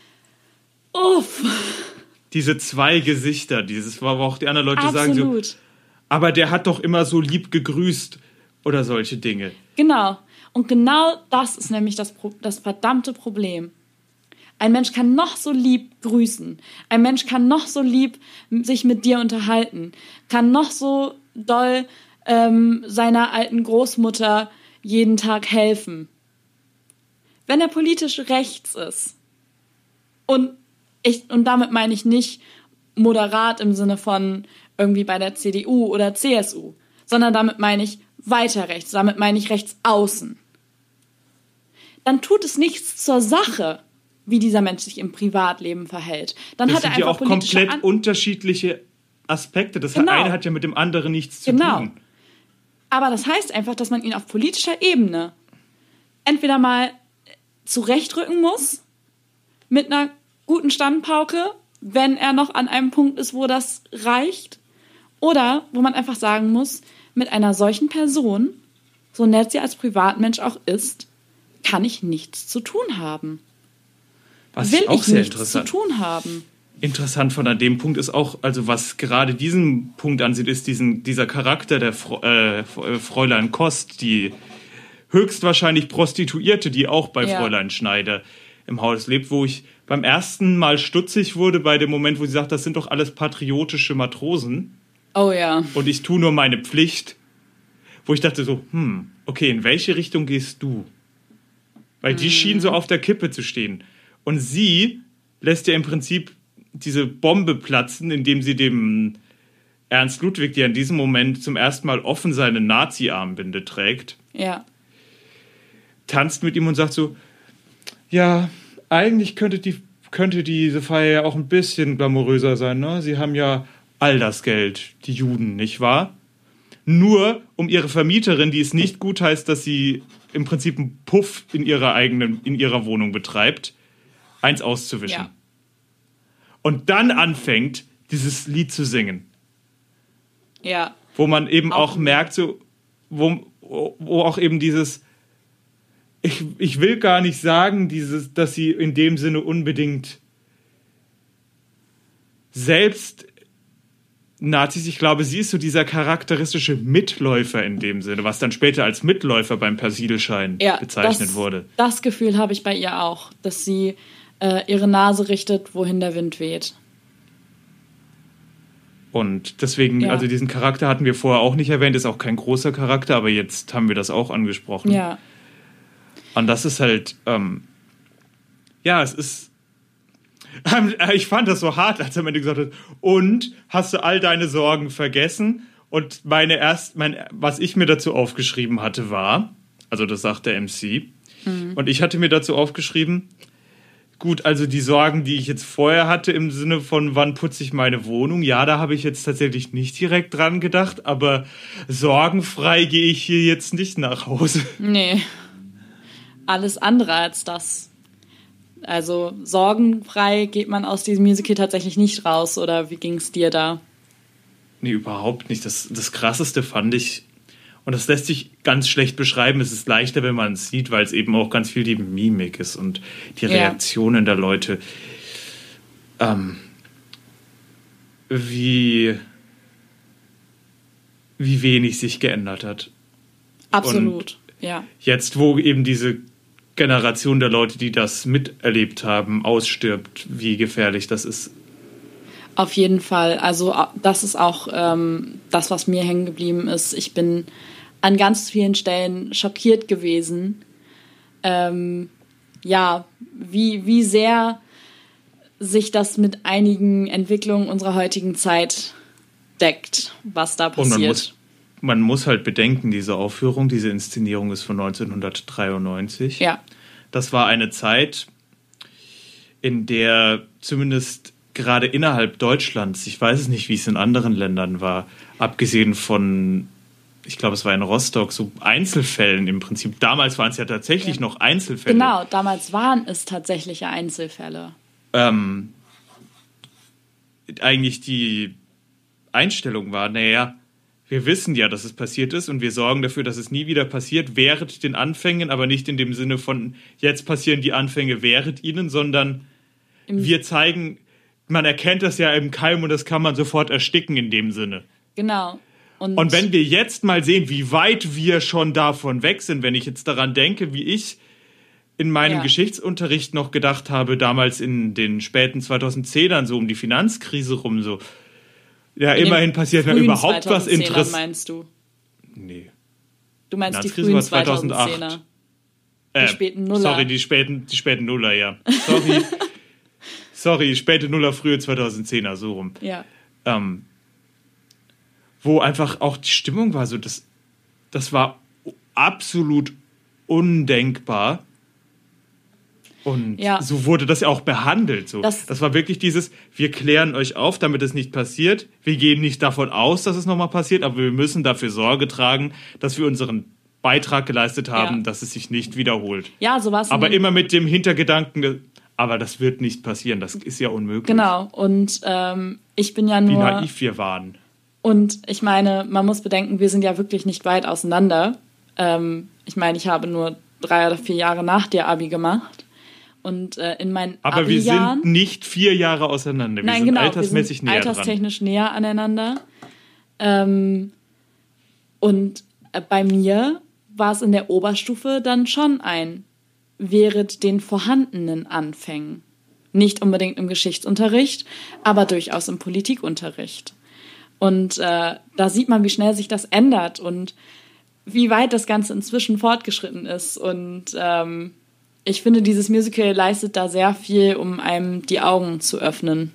Speaker 2: Uff,
Speaker 3: diese zwei Gesichter, dieses, wo auch die anderen Leute sagen so,
Speaker 2: absolut.
Speaker 3: aber der hat doch immer so lieb gegrüßt oder solche Dinge.
Speaker 2: Genau. Und genau das ist nämlich das, Pro- das verdammte Problem. Ein Mensch kann noch so lieb grüßen. Ein Mensch kann noch so lieb sich mit dir unterhalten. Kann noch so doll ähm, seiner alten Großmutter jeden Tag helfen. Wenn er politisch rechts ist. Und, ich, und damit meine ich nicht moderat im Sinne von irgendwie bei der C D U oder C S U. Sondern damit meine ich weiter rechts. Damit meine ich rechts außen. Dann tut es nichts zur Sache, wie dieser Mensch sich im Privatleben verhält. Dann
Speaker 3: Das
Speaker 2: hat er
Speaker 3: sind ja
Speaker 2: einfach
Speaker 3: auch
Speaker 2: politische
Speaker 3: komplett
Speaker 2: An-
Speaker 3: unterschiedliche Aspekte. Das
Speaker 2: Genau.
Speaker 3: eine hat ja mit dem anderen nichts zu
Speaker 2: Genau.
Speaker 3: tun.
Speaker 2: Aber das heißt einfach, dass man ihn auf politischer Ebene entweder mal zurechtrücken muss mit einer guten Standpauke, wenn er noch an einem Punkt ist, wo das reicht, oder wo man einfach sagen muss, mit einer solchen Person, so nett sie als Privatmensch auch ist, kann ich nichts zu tun haben.
Speaker 3: Was
Speaker 2: Will
Speaker 3: ich auch
Speaker 2: ich
Speaker 3: sehr
Speaker 2: nichts
Speaker 3: interessant
Speaker 2: zu tun haben.
Speaker 3: Interessant von an dem Punkt ist auch, also was gerade diesen Punkt ansieht, ist diesen, dieser Charakter der Fr äh, Fräulein Kost, die höchstwahrscheinlich Prostituierte, die auch bei
Speaker 2: Ja.
Speaker 3: Fräulein Schneider im Haus lebt, wo ich beim ersten Mal stutzig wurde bei dem Moment, wo sie sagt, das sind doch alles patriotische Matrosen
Speaker 2: Oh ja.
Speaker 3: und ich tue nur meine Pflicht, wo ich dachte so, hm, okay, in welche Richtung gehst du? Weil die schien so auf der Kippe zu stehen. Und sie lässt ja im Prinzip diese Bombe platzen, indem sie dem Ernst Ludwig, der in diesem Moment zum ersten Mal offen seine Nazi-Armbinde trägt,
Speaker 2: Ja.
Speaker 3: tanzt mit ihm und sagt so, ja, eigentlich könnte, die, könnte diese Feier ja auch ein bisschen glamouröser sein, ne? Sie haben ja all das Geld, die Juden, nicht wahr? Nur um ihre Vermieterin, die es nicht gut heißt, dass sie im Prinzip einen Puff in ihrer eigenen, in ihrer Wohnung betreibt, eins auszuwischen.
Speaker 2: Ja.
Speaker 3: Und dann anfängt, dieses Lied zu singen.
Speaker 2: Ja.
Speaker 3: Wo man eben
Speaker 2: Auch-
Speaker 3: auch, merkt, so, wo, wo auch eben dieses, ich, ich will gar nicht sagen, dieses, dass sie in dem Sinne unbedingt selbst Nazis, ich glaube, sie ist so dieser charakteristische Mitläufer in dem Sinne, was dann später als Mitläufer beim Persiedelschein
Speaker 2: Ja,
Speaker 3: bezeichnet
Speaker 2: das,
Speaker 3: wurde.
Speaker 2: Das Gefühl habe ich bei ihr auch, dass sie äh, ihre Nase richtet, wohin der Wind weht.
Speaker 3: Und deswegen,
Speaker 2: Ja.
Speaker 3: also diesen Charakter hatten wir vorher auch nicht erwähnt, ist auch kein großer Charakter, aber jetzt haben wir das auch angesprochen.
Speaker 2: Ja.
Speaker 3: Und das ist halt, ähm, ja, es ist, ich fand das so hart, als er am Ende gesagt hat, und hast du all deine Sorgen vergessen? Und meine erst, mein, was ich mir dazu aufgeschrieben hatte, war, also das sagt der M C, mhm. und ich hatte mir dazu aufgeschrieben, gut, also die Sorgen, die ich jetzt vorher hatte, im Sinne von, wann putze ich meine Wohnung, ja, da habe ich jetzt tatsächlich nicht direkt dran gedacht, aber sorgenfrei gehe ich hier jetzt nicht nach Hause.
Speaker 2: Nee. Alles andere als das. Also sorgenfrei geht man aus diesem Musical tatsächlich nicht raus, oder wie ging es dir da?
Speaker 3: Nee, überhaupt nicht. Das, das Krasseste fand ich, und das lässt sich ganz schlecht beschreiben, es ist leichter, wenn man es sieht, weil es eben auch ganz viel die Mimik ist und die
Speaker 2: Ja.
Speaker 3: Reaktionen der Leute. Ähm, wie, wie wenig sich geändert hat.
Speaker 2: Absolut, ja.
Speaker 3: Jetzt, wo eben diese Generation der Leute, die das miterlebt haben, ausstirbt, wie gefährlich das ist.
Speaker 2: Auf jeden Fall. Also das ist auch ähm, das, was mir hängen geblieben ist. Ich bin an ganz vielen Stellen schockiert gewesen. Ähm, ja, wie, wie sehr sich das mit einigen Entwicklungen unserer heutigen Zeit deckt, was da passiert.
Speaker 3: Und man muss, man muss halt bedenken, diese Aufführung, diese Inszenierung ist von neunzehnhundertdreiundneunzig.
Speaker 2: Ja.
Speaker 3: Das war eine Zeit, in der zumindest gerade innerhalb Deutschlands, ich weiß es nicht, wie es in anderen Ländern war, abgesehen von, ich glaube, es war in Rostock, so Einzelfällen im Prinzip. Damals waren es ja tatsächlich ja. noch Einzelfälle.
Speaker 2: Genau, damals waren es tatsächliche Einzelfälle.
Speaker 3: Ähm, eigentlich die Einstellung war, naja, wir wissen ja, dass es passiert ist und wir sorgen dafür, dass es nie wieder passiert, während den Anfängen, aber nicht in dem Sinne von, jetzt passieren die Anfänge während ihnen, sondern Im wir zeigen, man erkennt das ja im Keim und das kann man sofort ersticken in dem Sinne.
Speaker 2: Genau. Und,
Speaker 3: und wenn wir jetzt mal sehen, wie weit wir schon davon weg sind, wenn ich jetzt daran denke, wie ich in meinem ja. Geschichtsunterricht noch gedacht habe, damals in den späten zweitausendzehnern, so um die Finanzkrise rum, so, ja, in immerhin passiert ja überhaupt was Interessantes.
Speaker 2: Meinst du?
Speaker 3: Nee.
Speaker 2: Du meinst die frühen zweitausendzehner? Die
Speaker 3: Äh,
Speaker 2: späten Nuller.
Speaker 3: Sorry, die späten, die späten Nuller, ja. Sorry. Sorry, späte Nuller, frühe zweitausendzehner, so rum.
Speaker 2: Ja.
Speaker 3: Ähm, wo einfach auch die Stimmung war so, das, das war absolut undenkbar. Und
Speaker 2: ja.
Speaker 3: so wurde das ja auch behandelt. So.
Speaker 2: Das,
Speaker 3: das war wirklich dieses, wir klären euch auf, damit es nicht passiert. Wir gehen nicht davon aus, dass es nochmal passiert, aber wir müssen dafür Sorge tragen, dass wir unseren Beitrag geleistet haben, ja. dass es sich nicht wiederholt.
Speaker 2: Ja, so war es.
Speaker 3: Aber immer mit dem Hintergedanken, aber das wird nicht passieren, das ist ja unmöglich.
Speaker 2: Genau, und ähm, ich bin ja nur...
Speaker 3: Wie naiv wir waren.
Speaker 2: Und ich meine, man muss bedenken, wir sind ja wirklich nicht weit auseinander. Ähm, ich meine, ich habe nur drei oder vier Jahre nach dir Abi gemacht. Und äh, in meinen
Speaker 3: Aber
Speaker 2: Abi-Jahren,
Speaker 3: wir sind nicht vier Jahre auseinander. Wir
Speaker 2: nein,
Speaker 3: sind
Speaker 2: genau,
Speaker 3: altersmäßig
Speaker 2: wir sind
Speaker 3: näher
Speaker 2: alterstechnisch dran. näher aneinander. Ähm, und äh, bei mir war es in der Oberstufe dann schon ein während den vorhandenen Anfängen. Nicht unbedingt im Geschichtsunterricht, aber durchaus im Politikunterricht. Und äh, da sieht man, wie schnell sich das ändert und wie weit das Ganze inzwischen fortgeschritten ist. Und ähm, ich finde, dieses Musical leistet da sehr viel, um einem die Augen zu öffnen.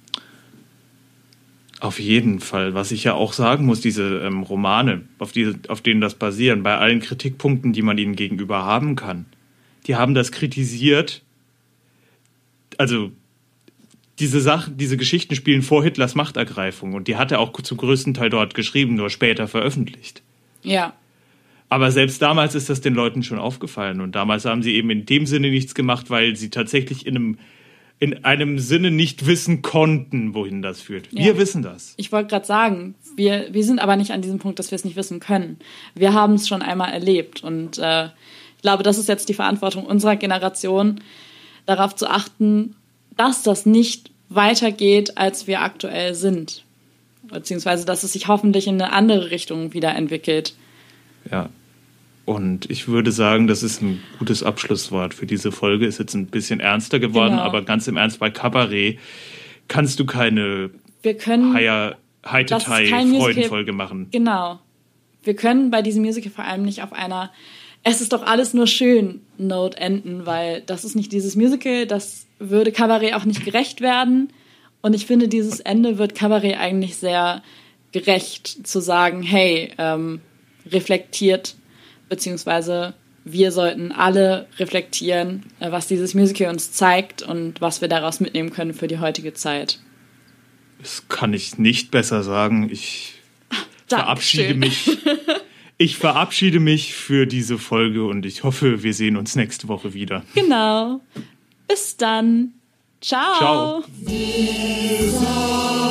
Speaker 3: Auf jeden Fall. Was ich ja auch sagen muss, diese ähm, Romane, auf, die, auf denen das basieren, bei allen Kritikpunkten, die man ihnen gegenüber haben kann, die haben das kritisiert. Also diese Sachen, diese Geschichten spielen vor Hitlers Machtergreifung und die hat er auch zum größten Teil dort geschrieben, nur später veröffentlicht.
Speaker 2: Ja.
Speaker 3: Aber selbst damals ist das den Leuten schon aufgefallen und damals haben sie eben in dem Sinne nichts gemacht, weil sie tatsächlich in einem, in einem Sinne nicht wissen konnten, wohin das führt. Wir
Speaker 2: ja.
Speaker 3: wissen das.
Speaker 2: Ich wollte gerade sagen, wir, wir sind aber nicht an diesem Punkt, dass wir es nicht wissen können. Wir haben es schon einmal erlebt und äh, ich glaube, das ist jetzt die Verantwortung unserer Generation, darauf zu achten, dass das nicht weitergeht, als wir aktuell sind. Beziehungsweise, dass es sich hoffentlich in eine andere Richtung wieder entwickelt.
Speaker 3: Ja, und ich würde sagen, das ist ein gutes Abschlusswort für diese Folge. Ist jetzt ein bisschen ernster geworden,
Speaker 2: genau.
Speaker 3: aber ganz im Ernst, bei Cabaret kannst du keine
Speaker 2: wir können,
Speaker 3: High-Freudenfolge machen.
Speaker 2: Genau. Wir können bei diesem Musical vor allem nicht auf einer Es ist doch alles nur schön Note enden, weil das ist nicht dieses Musical, das würde Cabaret auch nicht gerecht werden. Und ich finde, dieses Ende wird Cabaret eigentlich sehr gerecht, zu sagen, hey, ähm, reflektiert, beziehungsweise wir sollten alle reflektieren, äh, was dieses Musical uns zeigt und was wir daraus mitnehmen können für die heutige Zeit.
Speaker 3: Das kann ich nicht besser sagen. Ich
Speaker 2: Dankeschön.
Speaker 3: verabschiede mich. Ich verabschiede mich für diese Folge und ich hoffe, wir sehen uns nächste Woche wieder.
Speaker 2: Genau. Bis dann. Ciao.
Speaker 3: Ciao.